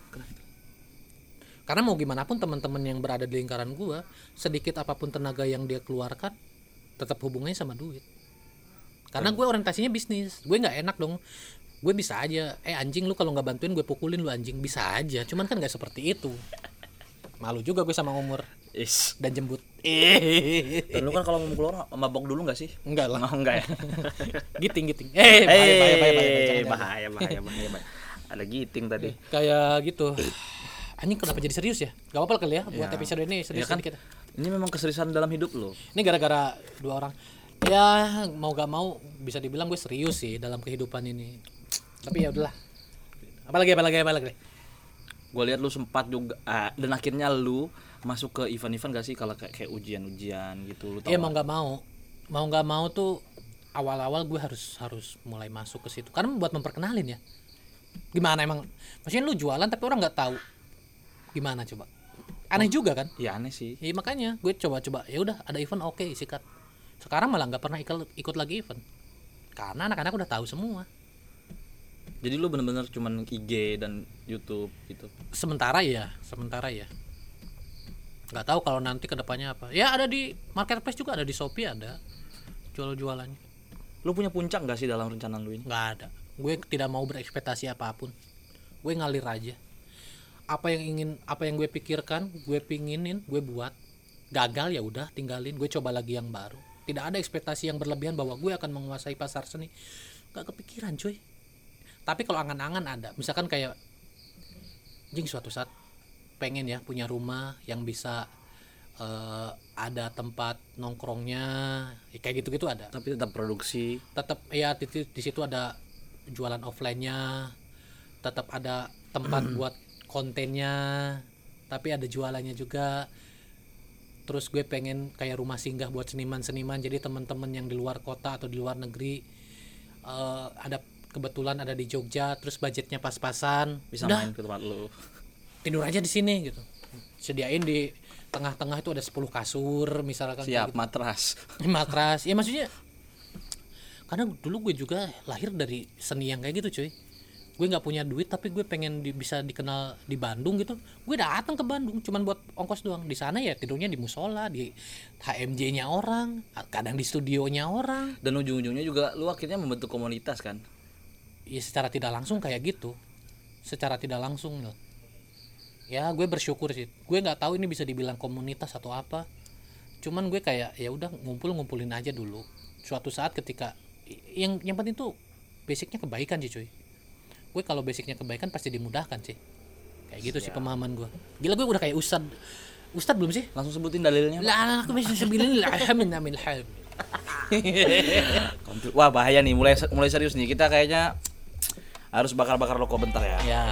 Karena mau gimana pun teman-teman yang berada di lingkaran gua, sedikit apapun tenaga yang dia keluarkan, tetap hubungannya sama duit. Karena gue orientasinya bisnis, gue nggak enak dong. Gue bisa aja, eh anjing lu kalau nggak bantuin gue pukulin lu anjing, bisa aja. Cuman kan nggak seperti itu. Malu juga gue sama umur Is. dan jembut. Dan lu kan kalau mau mukul orang mabok dulu nggak sih? Enggak lah. Oh, enggak ya. Giting giting. Eh bahaya bahaya bahaya bahaya. Jangan, jangan. bahaya, bahaya, bahaya, bahaya. Ada giting tadi. Kayak gitu. Anjing kenapa jadi serius ya? Gak apa-apa kali ya buat Ya. episode ini serius Ya kan? sedikit. Ini memang keseriusan dalam hidup lo. Ini gara-gara dua orang. Ya mau gak mau bisa dibilang gue serius sih dalam kehidupan ini. Tapi ya udahlah. Apalagi apalagi apalagi. Gue lihat lu sempat juga ah, dan akhirnya lu masuk ke event-event gak sih kalau kayak, kayak ujian-ujian gitu lu tahu. Iya mau nggak mau, mau nggak mau tuh awal-awal gue harus harus mulai masuk ke situ karena buat memperkenalin ya. Gimana emang? Maksudnya lu jualan tapi orang nggak tahu. Gimana coba? Aneh juga kan? Iya aneh sih. Iya makanya gue coba-coba ya udah ada event oke sikat. Sekarang malah nggak pernah ikut ikut lagi event karena anak-anak udah tahu semua. Jadi lu bener-bener cuman I G dan YouTube gitu. Sementara ya, sementara ya. Nggak tahu kalau nanti kedepannya apa. Ya ada di marketplace juga, ada di Shopee ada jual-jualannya. Lu punya puncak gak sih dalam rencana lu ini? Nggak ada. Gue tidak mau berekspektasi apapun. Gue ngalir aja. Apa yang ingin, apa yang gue pikirkan, gue pinginin, gue buat. Gagal ya udah, tinggalin. Gue coba lagi yang baru. Tidak ada ekspektasi yang berlebihan bahwa gue akan menguasai pasar seni. Nggak kepikiran, cuy. Tapi kalau angan-angan ada, misalkan kayak jing suatu saat pengen ya punya rumah yang bisa uh, ada tempat nongkrongnya, ya kayak gitu-gitu ada. Tapi tetap produksi. Tetap ya di, di situ ada jualan offline-nya, tetap ada tempat buat kontennya, tapi ada jualannya juga. Terus gue pengen kayak rumah singgah buat seniman-seniman, jadi teman-teman yang di luar kota atau di luar negeri uh, ada kebetulan ada di Jogja, terus budgetnya pas-pasan, Bisa udah main ke tempat lu. tidur aja di sini gitu. Sediain di tengah-tengah itu ada sepuluh kasur misalkan. Siap, gitu. matras. Matras. Ya maksudnya karena dulu gue juga lahir dari seni yang kayak gitu, cuy. Gue nggak punya duit tapi gue pengen di, bisa dikenal di Bandung gitu. Gue datang ke Bandung cuman buat ongkos doang. Di sana ya tidurnya di musola, di H M J-nya orang, kadang di studionya orang. Dan ujung-ujungnya juga lu akhirnya membentuk komunitas kan. Ya secara tidak langsung kayak gitu. Secara tidak langsung loh. Ya gue bersyukur sih. Gue nggak tahu ini bisa dibilang komunitas atau apa. Cuman gue kayak ya udah ngumpul-ngumpulin aja dulu. Suatu saat ketika yang yang penting tuh basicnya kebaikan sih, cuy. Gue kalau basicnya kebaikan pasti dimudahkan sih. Kayak gitu sih pemahaman gue. Gila gue udah kayak ustad. Ustad belum sih? Langsung sebutin dalilnya. Lah aku bisa sebilang alhamdulillah. Wah bahaya nih, mulai mulai serius nih. Kita kayaknya harus bakar-bakar rokok bentar ya. Ya.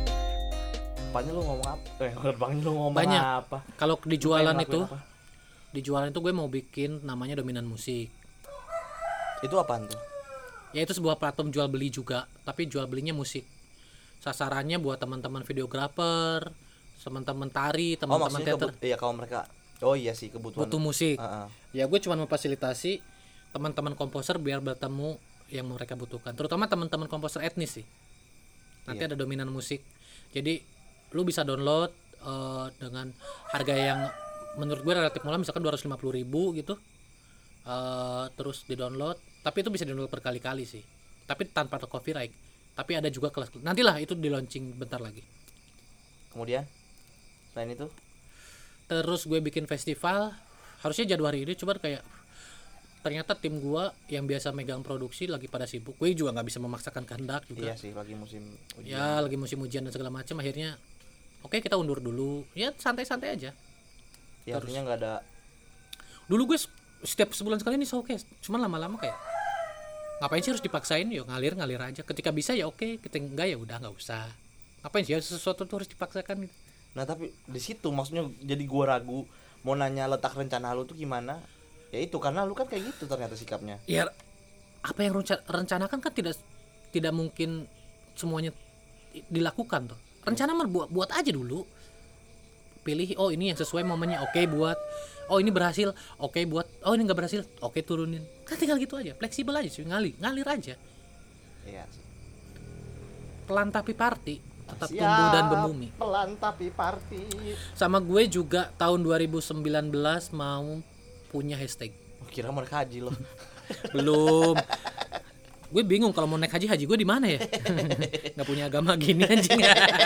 Depannya lu ngomong apa? Eh, depannya lu ngomong Banyak. apa? Kalau di jualan itu Di jualan itu gue mau bikin namanya Dominan Musik. Itu apaan tuh? Ya itu sebuah platform jual beli juga, tapi jual belinya musik. Sasarannya buat teman-teman videografer, teman-teman tari, Oh teman-teman maksudnya teater, kebut- iya kalau mereka oh iya sih kebutuhan. butuh musik. Heeh. Ya gue cuma memfasilitasi teman-teman komposer biar bertemu yang mereka butuhkan, terutama teman-teman komposer etnis sih. Nanti Iya. ada Dominan Musik. Jadi lu bisa download eh, dengan harga yang menurut gue relatif murah, misalkan dua ratus lima puluh ribu gitu. Eh, terus di download, tapi itu bisa di download berkali-kali sih, tapi tanpa ada copyright. Tapi ada juga kelas, nantilah itu di launching bentar lagi. Kemudian selain itu Terus gue bikin festival, harusnya Januari ini, cuman kayak ternyata tim gue yang biasa megang produksi lagi pada sibuk. Gue juga nggak bisa memaksakan kehendak juga. iya sih lagi musim ujian. Ya lagi musim ujian dan segala macam, akhirnya oke kita undur dulu, ya santai-santai aja. Ya, artinya nggak ada. Dulu gue setiap sebulan sekali nih showcase, cuman lama-lama kayak ngapain sih harus dipaksain, yuk ngalir ngalir aja. Ketika bisa ya oke, ketika enggak ya udah nggak usah. Ngapain sih sesuatu tuh harus dipaksakan gitu. Nah tapi di situ maksudnya jadi gua ragu mau nanya letak rencana lu tuh gimana. Ya itu karena lu kan kayak gitu ternyata sikapnya. Ya apa yang renca- rencanakan kan tidak tidak mungkin semuanya dilakukan tuh. Rencana mah buat buat aja dulu. Pilih, oh ini yang sesuai momennya, oke buat. Oh ini berhasil, oke buat. Oh ini nggak berhasil, oke turunin. Kan tinggal gitu aja, fleksibel aja sih, ngalir ngalir aja. Iya sih. Pelan tapi party, tetap Siap, tumbuh dan berbumi. pelan tapi party. Sama gue juga tahun dua ribu sembilan belas mau punya hashtag. Oh, kira mau naik haji loh. Belum. Gue bingung kalau mau naik haji, haji gue di mana ya? Nggak punya agama gini anjing.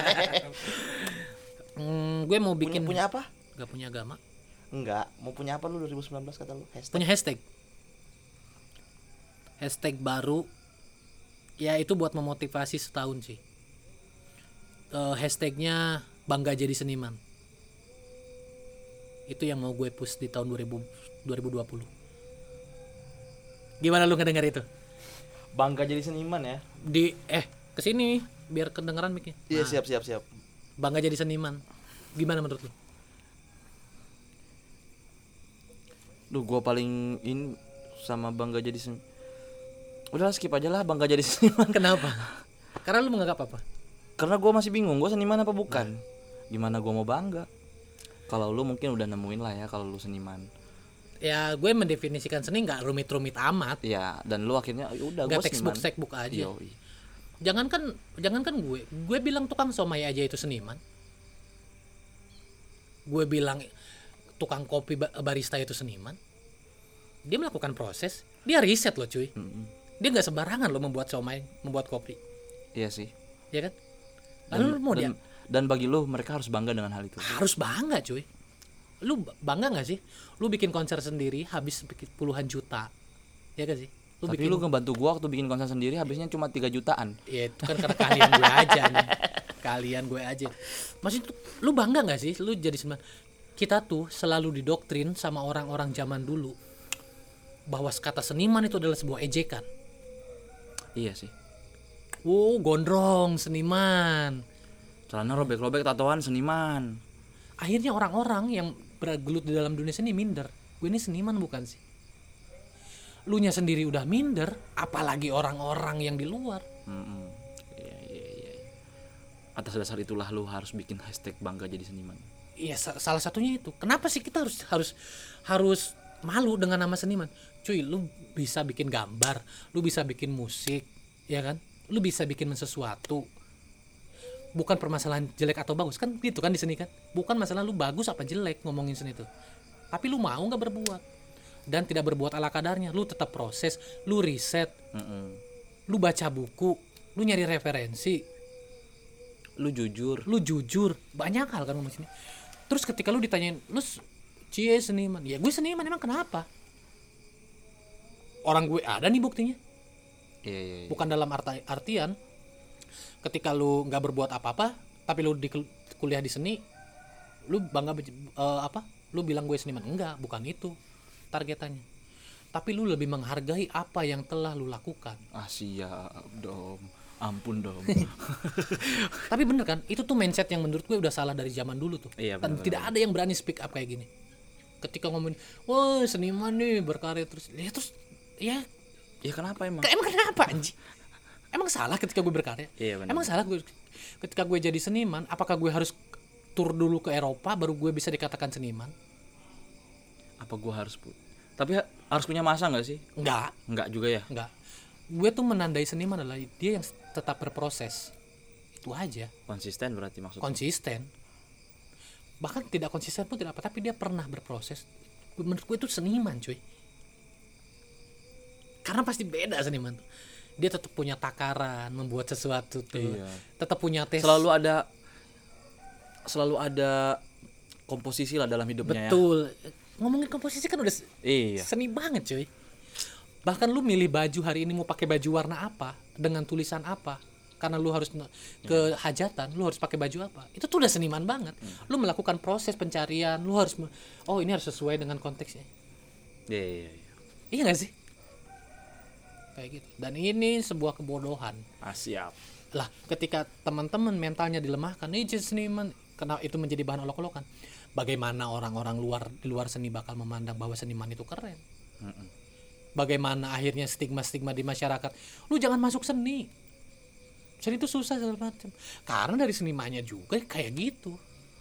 hmm, gue mau bikin punya, punya apa? Nggak punya agama. Enggak, mau punya apa lu dua ribu sembilan belas kata lu? Hashtag. Punya hashtag. Hashtag baru. Ya itu buat memotivasi setahun sih. Uh, hashtagnya bangga jadi seniman. Itu yang mau gue push di tahun dua ribu dua puluh. Gimana lu ngedenger itu? Bangga jadi seniman ya. Di eh kesini biar kedengeran mic-nya. Iya, Nah, siap siap siap. bangga jadi seniman. Gimana menurut lu? Duh, gua paling in sama bangga jadi seniman. Udah skip aja lah bangga jadi seniman. Kenapa? Karena lu menganggap apa? Karena gua masih bingung, gua seniman apa bukan. Gimana gua mau bangga? Kalau lu mungkin udah nemuin lah ya kalau lu seniman. Ya gue mendefinisikan seni nggak rumit-rumit amat. Iya, dan lu akhirnya "Ya udah gua Nggak seniman. textbook textbook aja. Yoi. Jangankan jangankan gue, gue bilang tukang somai aja itu seniman. Gue bilang tukang kopi ba- barista itu seniman. Dia melakukan proses, dia riset loh cuy. Mm-mm. Dia nggak sembarangan loh membuat somai, membuat kopi, Iya sih. ya kan? Dan, Lalu lu mau dia dan, dan bagi lu mereka harus bangga dengan hal itu. harus bangga cuy. Lu bangga nggak sih? Lu bikin konser sendiri habis puluhan juta, ya kan sih? Lu Tapi bikin, lu ngebantu gua waktu bikin konser sendiri habisnya cuma tiga jutaan. ya itu kan karena kalian gue aja nih. Kalian gue aja. Maksudnya tuh, lu bangga nggak sih? Lu jadi seniman. Kita tuh selalu didoktrin sama orang-orang zaman dulu bahwa kata seniman itu adalah sebuah ejekan. Iya sih. Wow, gondrong seniman. Celana robek-robek, tatoan seniman. Akhirnya orang-orang yang bergelut di dalam dunia seni minder. Gue ini seniman bukan sih? Lu nya sendiri udah minder, apalagi orang-orang yang di luar. Mm-mm. Iya, iya, iya. Atas dasar itulah lu harus bikin hashtag bangga jadi seniman. Iya, sa- salah satunya itu. Kenapa sih kita harus harus harus malu dengan nama seniman? Cuy, lu bisa bikin gambar, lu bisa bikin musik, ya kan? Lu bisa bikin sesuatu. Bukan permasalahan jelek atau bagus, kan gitu kan di seni kan? Bukan masalah lu bagus apa jelek ngomongin seni itu. Tapi lu mau nggak berbuat? Dan tidak berbuat ala kadarnya, lu tetap proses, lu riset, Mm-mm. lu baca buku, lu nyari referensi, Lu jujur. lu jujur, banyak hal kan ngomong sini. Terus ketika lu ditanyain, lu s- cie seniman, ya gue seniman emang kenapa? Orang gue ada nih buktinya. Iya, iya, iya. Bukan dalam arti artian ketika lu nggak berbuat apa-apa, tapi lu di kul- kuliah di seni, lu bangga be- eh, apa? Lu bilang gue seniman, enggak, bukan itu targetannya. Tapi lu lebih menghargai apa yang telah lu lakukan. Ah siap dom. Ampun dom. Tapi bener kan, itu tuh mindset yang menurut gue udah salah dari zaman dulu tuh. Iya, Dan bener, tidak ada yang berani speak up kayak gini. ketika ngomongin wah seniman nih berkarya terus ya terus ya Ya kenapa emang? emang kenapa anjing? Emang salah ketika gue berkarya? Iya, benar. Emang salah gue ketika gue jadi seniman? Apakah gue harus tur dulu ke Eropa baru gue bisa dikatakan seniman? Apa gua harus pu- Tapi ha- harus punya masa nggak sih? Enggak, Nggak juga ya. enggak. Gue tuh menandai seniman adalah dia yang tetap berproses. Itu aja. Konsisten berarti maksudnya. Konsisten. Bahkan tidak konsisten pun tidak apa, tapi dia pernah berproses. Menurut gue itu seniman, cuy. Karena pasti beda seniman tuh. Dia tetap punya takaran membuat sesuatu tuh. Iya. Tetap punya tes. Selalu ada selalu ada komposisi lah dalam hidupnya. Betul. Ngomongin komposisi kan udah Ya. Iya. seni banget, cuy. Bahkan lu milih baju hari ini mau pakai baju warna apa, dengan tulisan apa. Karena lu harus ke hajatan, lu harus pakai baju apa. Itu tuh udah seniman banget. Lu melakukan proses pencarian, lu harus me- oh ini harus sesuai dengan konteksnya. Iya, iya, iya. Iya gak sih? Kayak gitu. Dan ini sebuah kebodohan. Ah, siap. Lah, ketika teman-teman mentalnya dilemahkan, ini jadi seniman, karena itu menjadi bahan olok-olokan. Bagaimana orang-orang luar di luar seni bakal memandang bahwa seniman itu keren? Mm-mm. Bagaimana akhirnya stigma-stigma di masyarakat? Lu jangan masuk seni. Seni itu susah segala macam. Karena dari senimannya juga kayak gitu.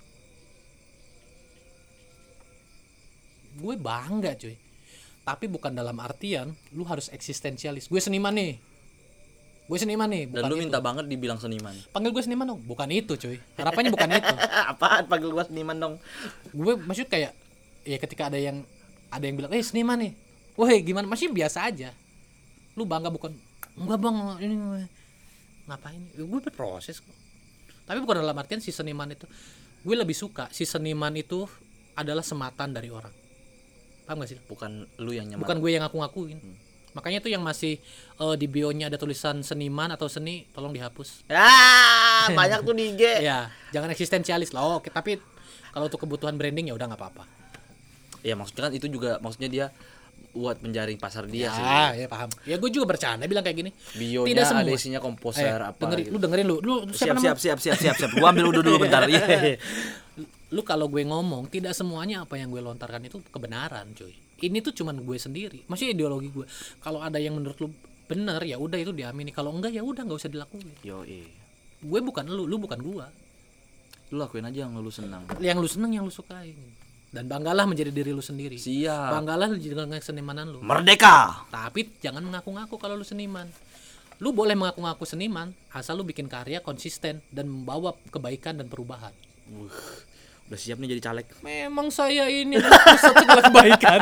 Gue bangga, cuy. Tapi bukan dalam artian lu harus eksistensialis. Gue seniman nih. Gue seniman nih, Dan bukan lu itu. minta banget dibilang seniman. Panggil gue seniman dong. Bukan itu, cuy. Harapannya bukan itu. Apaan panggil gua seniman dong? Gue maksud kayak ya ketika ada yang ada yang bilang, "Eh, seniman nih." Woi, gimana? Masih biasa aja. Lu bangga bukan? Enggak, Bang. Ini ngapain? Ya, gue berproses kok. Tapi bukan dalam artian si seniman itu. Gue lebih suka si seniman itu adalah sematan dari orang. Paham gak sih? Bukan lu yang nyaman. Bukan gue yang ngaku-ngakuin. Makanya itu yang masih eh, di bio-nya ada tulisan seniman atau seni, tolong dihapus. Ah, banyak tuh di I G. Ya, jangan eksistensialis lah. Oke, tapi kalau untuk kebutuhan branding ya udah nggak apa-apa. Ya maksudnya kan itu juga maksudnya dia buat menjaring pasar dia sih. Ya, ya paham. Ya gue juga bercanda bilang kayak gini. Bionya Tidak semua. ada isinya komposer Eh, apa dengerin, gitu. lu dengerin lu. Lu siapa Siap, nama? siap, siap, siap, siap, siap. Gua ambil udah dulu bentar. Iya. Lu kalau gue ngomong tidak semuanya apa yang gue lontarkan itu kebenaran, cuy. Ini tuh cuman gue sendiri. Maksudnya ideologi gue. Kalau ada yang menurut lu benar ya udah itu diamini. Kalau enggak ya udah nggak usah dilakuin. Yo, iya. Gue bukan lu, lu bukan gua. Lu lakuin aja yang lu senang. Yang lu seneng yang lu sukain. Dan banggalah menjadi diri lu sendiri. Siap. Banggalah dengan kesenimanan lu. Merdeka. Tapi jangan mengaku-ngaku kalau lu seniman. Lu boleh mengaku-ngaku seniman asal lu bikin karya konsisten dan membawa kebaikan dan perubahan. Uh, udah siap nih jadi caleg. Memang saya ini adalah pusat segala kebaikan.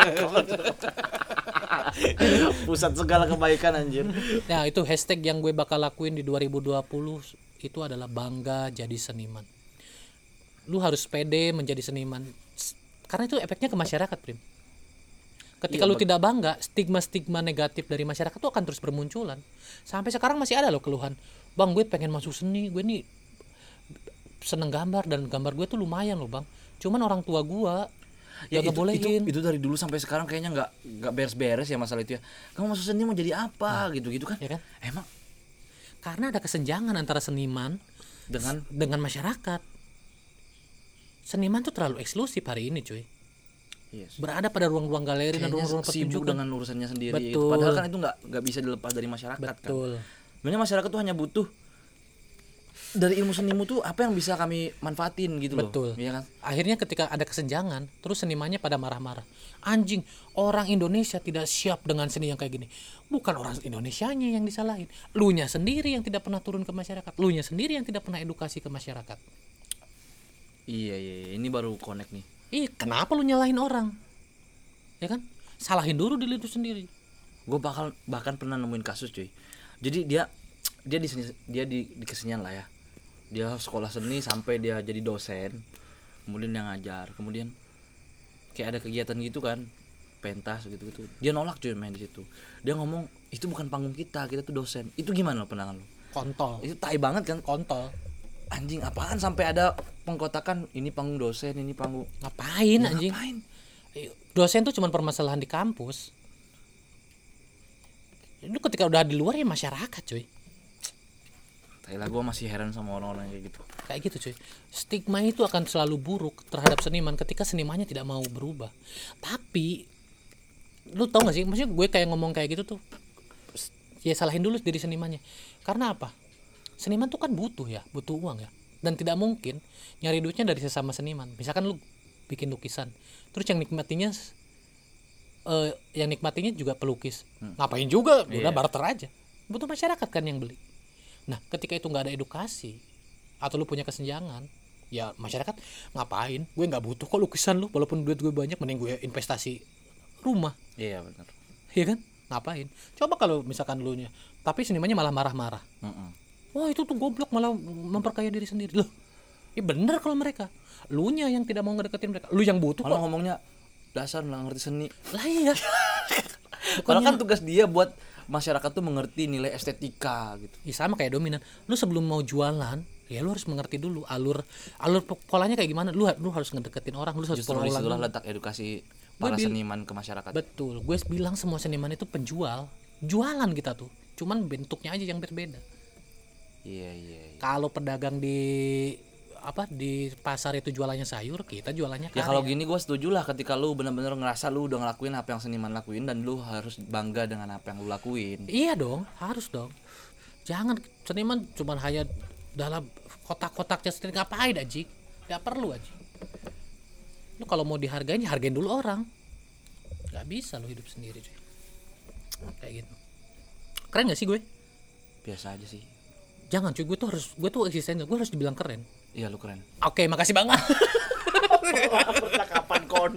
Pusat segala kebaikan anjir. Nah, itu hashtag yang gue bakal lakuin di dua ribu dua puluh itu adalah bangga jadi seniman. Lu harus pede menjadi seniman. Karena itu efeknya ke masyarakat, Prim. Ketika Iya, lu bet- tidak bangga, stigma-stigma negatif dari masyarakat itu akan terus bermunculan. Sampai sekarang masih ada loh keluhan. Bang, gue pengen masuk seni, gue nih seneng gambar dan gambar gue tuh lumayan loh, Bang. Cuman orang tua gue Ya gak itu, itu, bolehin. itu dari dulu sampai sekarang kayaknya nggak nggak beres-beres ya masalah itu ya. Kamu masuk seni mau jadi apa gitu-gitu kan? Ya kan? Emang Karena ada kesenjangan antara seniman dengan dengan masyarakat. Seniman tuh terlalu eksklusif hari ini, cuy. yes. Berada pada ruang-ruang galeri dan Kayaknya ruang-ruang sibuk pertunjukan. dengan urusannya sendiri itu. Betul. Padahal kan itu nggak nggak bisa dilepas dari masyarakat kan. Betul. Sebenarnya masyarakat tuh hanya butuh dari ilmu senimu tuh apa yang bisa kami manfaatin gitu loh. Betul. Iya kan? Akhirnya ketika ada kesenjangan, terus senimannya pada marah-marah. Anjing, orang Indonesia tidak siap dengan seni yang kayak gini. Bukan orang Indonesianya yang disalahin. Lunya sendiri yang tidak pernah turun ke masyarakat. Lunya sendiri yang tidak pernah edukasi ke masyarakat. Iya, iya, iya. Ini baru connect nih. Ih, kenapa lu nyalahin orang? Ya kan? Salahin dulu diri lu sendiri. Gue bakal bahkan pernah nemuin kasus cuy. Jadi dia dia di seni, dia di, di kesenian lah ya. Dia sekolah seni sampai dia jadi dosen. Kemudian dia ngajar. Kemudian kayak ada kegiatan gitu kan, pentas gitu-gitu. Dia nolak cuy main di situ. Dia ngomong itu bukan panggung kita, kita tuh dosen. Itu gimana lo pandangan lo? Kontol. Itu tai banget kan? Kontol. Anjing apaan sampai ada pengkotakan ini panggung dosen, ini panggung. Ngapain Ya, anjing? ngapain? Dosen tuh cuma permasalahan di kampus. Itu ketika udah di luar ya masyarakat, cuy. Kayak gue masih heran sama orang-orang kayak gitu. Kayak gitu cuy. Stigma itu akan selalu buruk terhadap seniman ketika senimannya tidak mau berubah. Tapi lu tau gak sih, maksudnya gue kayak ngomong kayak gitu tuh, ya salahin dulu diri senimannya. Karena apa? Seniman tuh kan butuh ya, butuh uang ya. Dan tidak mungkin nyari duitnya dari sesama seniman. Misalkan lu bikin lukisan, terus yang nikmatinya uh, yang nikmatinya juga pelukis. Hmm. Ngapain juga? Udah yeah. barter aja. Butuh masyarakat kan yang beli. Nah, ketika itu nggak ada edukasi atau lu punya kesenjangan, ya masyarakat ngapain? Gue nggak butuh kok lukisan lu, walaupun duit gue banyak, mending gue investasi rumah. Iya benar. Iya kan? Ngapain? Coba kalau misalkan lu nya, tapi senimannya malah marah-marah. Mm-mm. Wah itu tuh goblok, malah memperkaya diri sendiri. Loh, ya bener kalau mereka. Lu nya yang tidak mau ngedeketin mereka. Lu yang butuh malah kok. Ngomongnya dasar nggak ngerti seni. Lah iya. Bukannya kan tugas dia buat masyarakat tuh mengerti nilai estetika gitu. Ya sama kayak dominan. Lu sebelum mau jualan, ya lu harus mengerti dulu alur alur polanya kayak gimana. Lu lu harus ngedeketin orang, lu harus justru disitulah letak edukasi para bil- seniman ke masyarakat. Betul. Gue bilang semua seniman itu penjual. Jualan kita tuh. Cuman bentuknya aja yang berbeda. Iya, iya, iya. Kalau pedagang di apa di pasar itu jualannya sayur, kita jualannya karya. Ya kalau gini gue setuju lah, ketika lu benar-benar ngerasa lu udah ngelakuin apa yang seniman lakuin dan lu harus bangga dengan apa yang lu lakuin. Iya dong, harus dong. Jangan seniman cuma hanya dalam kotak-kotaknya sendiri, ngapain aja? Gak perlu aja. Lu kalau mau dihargain, hargain dulu orang. Gak bisa lu hidup sendiri cuy. Kayak gitu. Keren gak sih gue? Biasa aja sih. Jangan cuy, gue tuh harus gue tuh eksistensial, gue harus dibilang keren. Iya lu keren. Oke, makasih banget. Percakapan kon.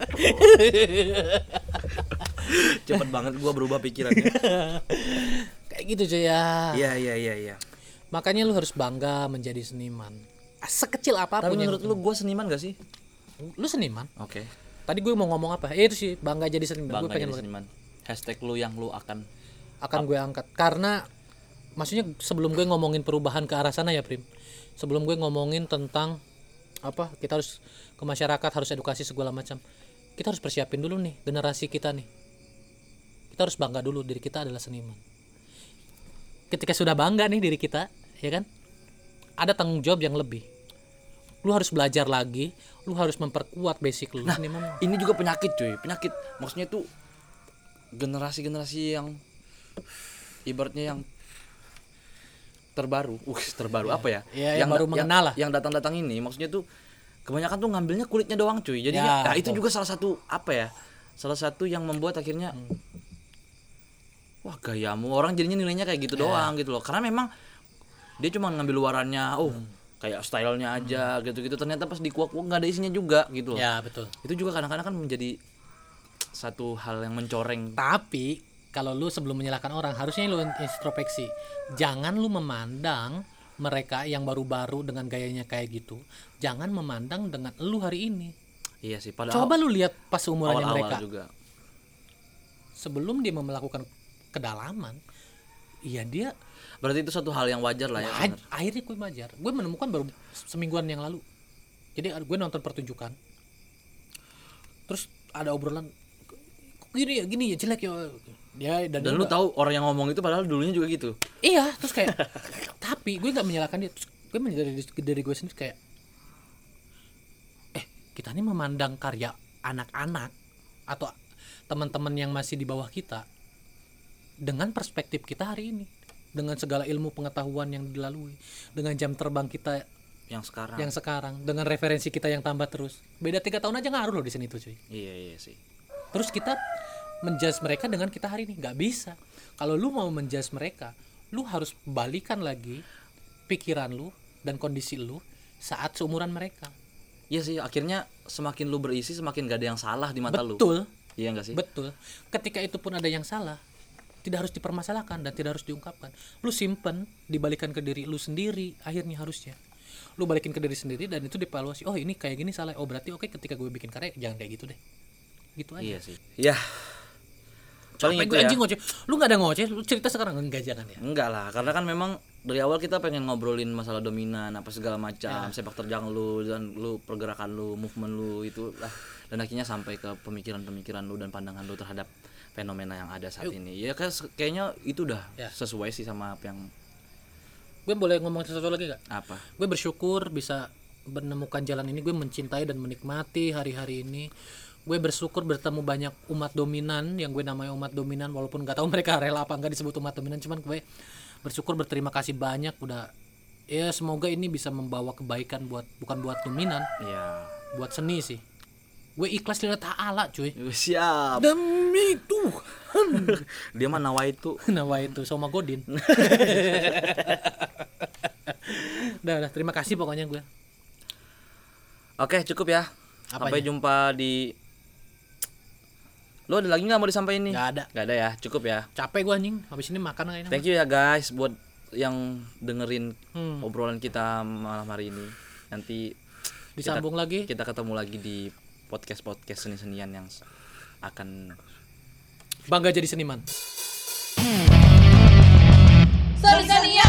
Cepet banget gue berubah pikirannya. Kayak gitu cuy ya. Iya iya iya iya. Makanya lu harus bangga menjadi seniman. Sekecil apapun. Tapi menurut lu gue seniman gak sih? Lu seniman? Oke. Okay. Tadi gue mau ngomong apa? Eh itu sih bangga jadi seniman. Bangga gue pengen jadi seniman. Hashtag lu yang lu akan akan gue angkat. Karena maksudnya sebelum gue ngomongin perubahan ke arah sana ya Prim. Sebelum gue ngomongin tentang apa kita harus ke masyarakat, harus edukasi segala macam, kita harus persiapin dulu nih generasi kita nih. Kita harus bangga dulu diri kita adalah seniman. Ketika sudah bangga nih diri kita, ya kan, ada tanggung jawab yang lebih. Lu harus belajar lagi, lu harus memperkuat basic lu. Nah, seniman. Ini juga penyakit cuy, penyakit. Maksudnya itu generasi-generasi yang ibaratnya yang terbaru, uh terbaru ya, apa ya? ya yang, yang baru mengenal lah. Yang datang-datang ini, maksudnya tuh kebanyakan tuh ngambilnya kulitnya doang cuy. Jadi ya, nah, itu juga salah satu apa ya? Salah satu yang membuat akhirnya, hmm. wah gayamu orang jadinya nilainya kayak gitu ya. doang gitu loh. Karena memang dia cuma ngambil luarannya, oh hmm. kayak stylenya aja hmm. gitu-gitu. Ternyata pas dikuak-kuak nggak ada isinya juga gitu loh. Ya betul. Itu juga kadang-kadang kan menjadi satu hal yang mencoreng. Tapi kalau lu sebelum menyalahkan orang, harusnya lu introspeksi. Jangan lu memandang mereka yang baru-baru dengan gayanya kayak gitu. Jangan memandang dengan lu hari ini. Iya sih. Padahal coba lu lihat pas umurannya mereka. Juga. Sebelum dia melakukan kedalaman, iya dia. Berarti itu satu hal yang wajar lah ya. Waj- akhirnya gue wajar. Gue menemukan baru semingguan yang lalu. Jadi gue nonton pertunjukan. Terus ada obrolan, gini ya, gini ya, jelek ya. Dia dan, dan lu tahu orang yang ngomong itu padahal dulunya juga gitu. Iya, terus kayak tapi gue nggak menyalahkan dia. Terus gue dari, dari gue sendiri kayak eh kita ini memandang karya anak-anak atau teman-teman yang masih di bawah kita dengan perspektif kita hari ini, dengan segala ilmu pengetahuan yang dilalui, dengan jam terbang kita yang sekarang yang sekarang dengan referensi kita yang tambah terus. Beda tiga tahun aja ngaruh loh di sini tuh cuy. Iya iya sih. Terus kita menjudge mereka dengan kita hari ini, nggak bisa. Kalau lu mau menjudge mereka, lu harus balikan lagi pikiran lu dan kondisi lu saat seumuran mereka. Iya sih, akhirnya semakin lu berisi semakin gak ada yang salah di mata Betul. lu. Betul. Iya nggak sih? Betul. Ketika itu pun ada yang salah, tidak harus dipermasalahkan dan tidak harus diungkapkan. Lu simpen, dibalikan ke diri lu sendiri. Akhirnya harusnya lu balikin ke diri sendiri dan itu dievaluasi. Oh ini kayak gini salah. Oh berarti oke, ketika gue bikin karya jangan kayak gitu deh. Gitu aja. Iya sih. Iya. Paling itu ya. Anjing ngoceh. Lu gak ada ngoceh, lu cerita sekarang enggak jangan ya. Enggak lah, karena kan memang dari awal kita pengen ngobrolin masalah dominan apa segala macam, ya. Sepak terjang lu dan lu pergerakan lu, movement lu itu lah, dan akhirnya sampai ke pemikiran-pemikiran lu dan pandangan lu terhadap fenomena yang ada saat Yuk. ini. Ya kayak kayaknya itu udah ya. Sesuai sih sama apa yang Gue boleh ngomong sesuatu lagi gak? Apa? Gue bersyukur bisa menemukan jalan ini. Gue mencintai dan menikmati hari-hari ini. Gue bersyukur bertemu banyak umat dominan yang gue namanya umat dominan, walaupun gak tahu mereka rela apa enggak disebut umat dominan. Cuman gue bersyukur, berterima kasih banyak udah, ya semoga ini bisa membawa kebaikan buat, bukan buat dominan, Iya. buat seni sih. Gue ikhlas lillahi ta'ala cuy. Siap. Demi Tuhan. Dia mah nawa itu. Nawa itu sama Godin. Udah, udah, terima kasih pokoknya gue. Oke, cukup ya. Apanya? Sampai jumpa di. Lo ada lagi nggak mau disampaikan nih? Gak ada. Nggak ada ya, cukup ya. Capek gue anjing, habis ini makan kayaknya. Thank you ya guys buat yang dengerin Hmm. obrolan kita malam hari ini. Nanti Disambung kita, lagi. Kita ketemu lagi di podcast-podcast seni-senian yang akan Bangga jadi seniman. Seni-senian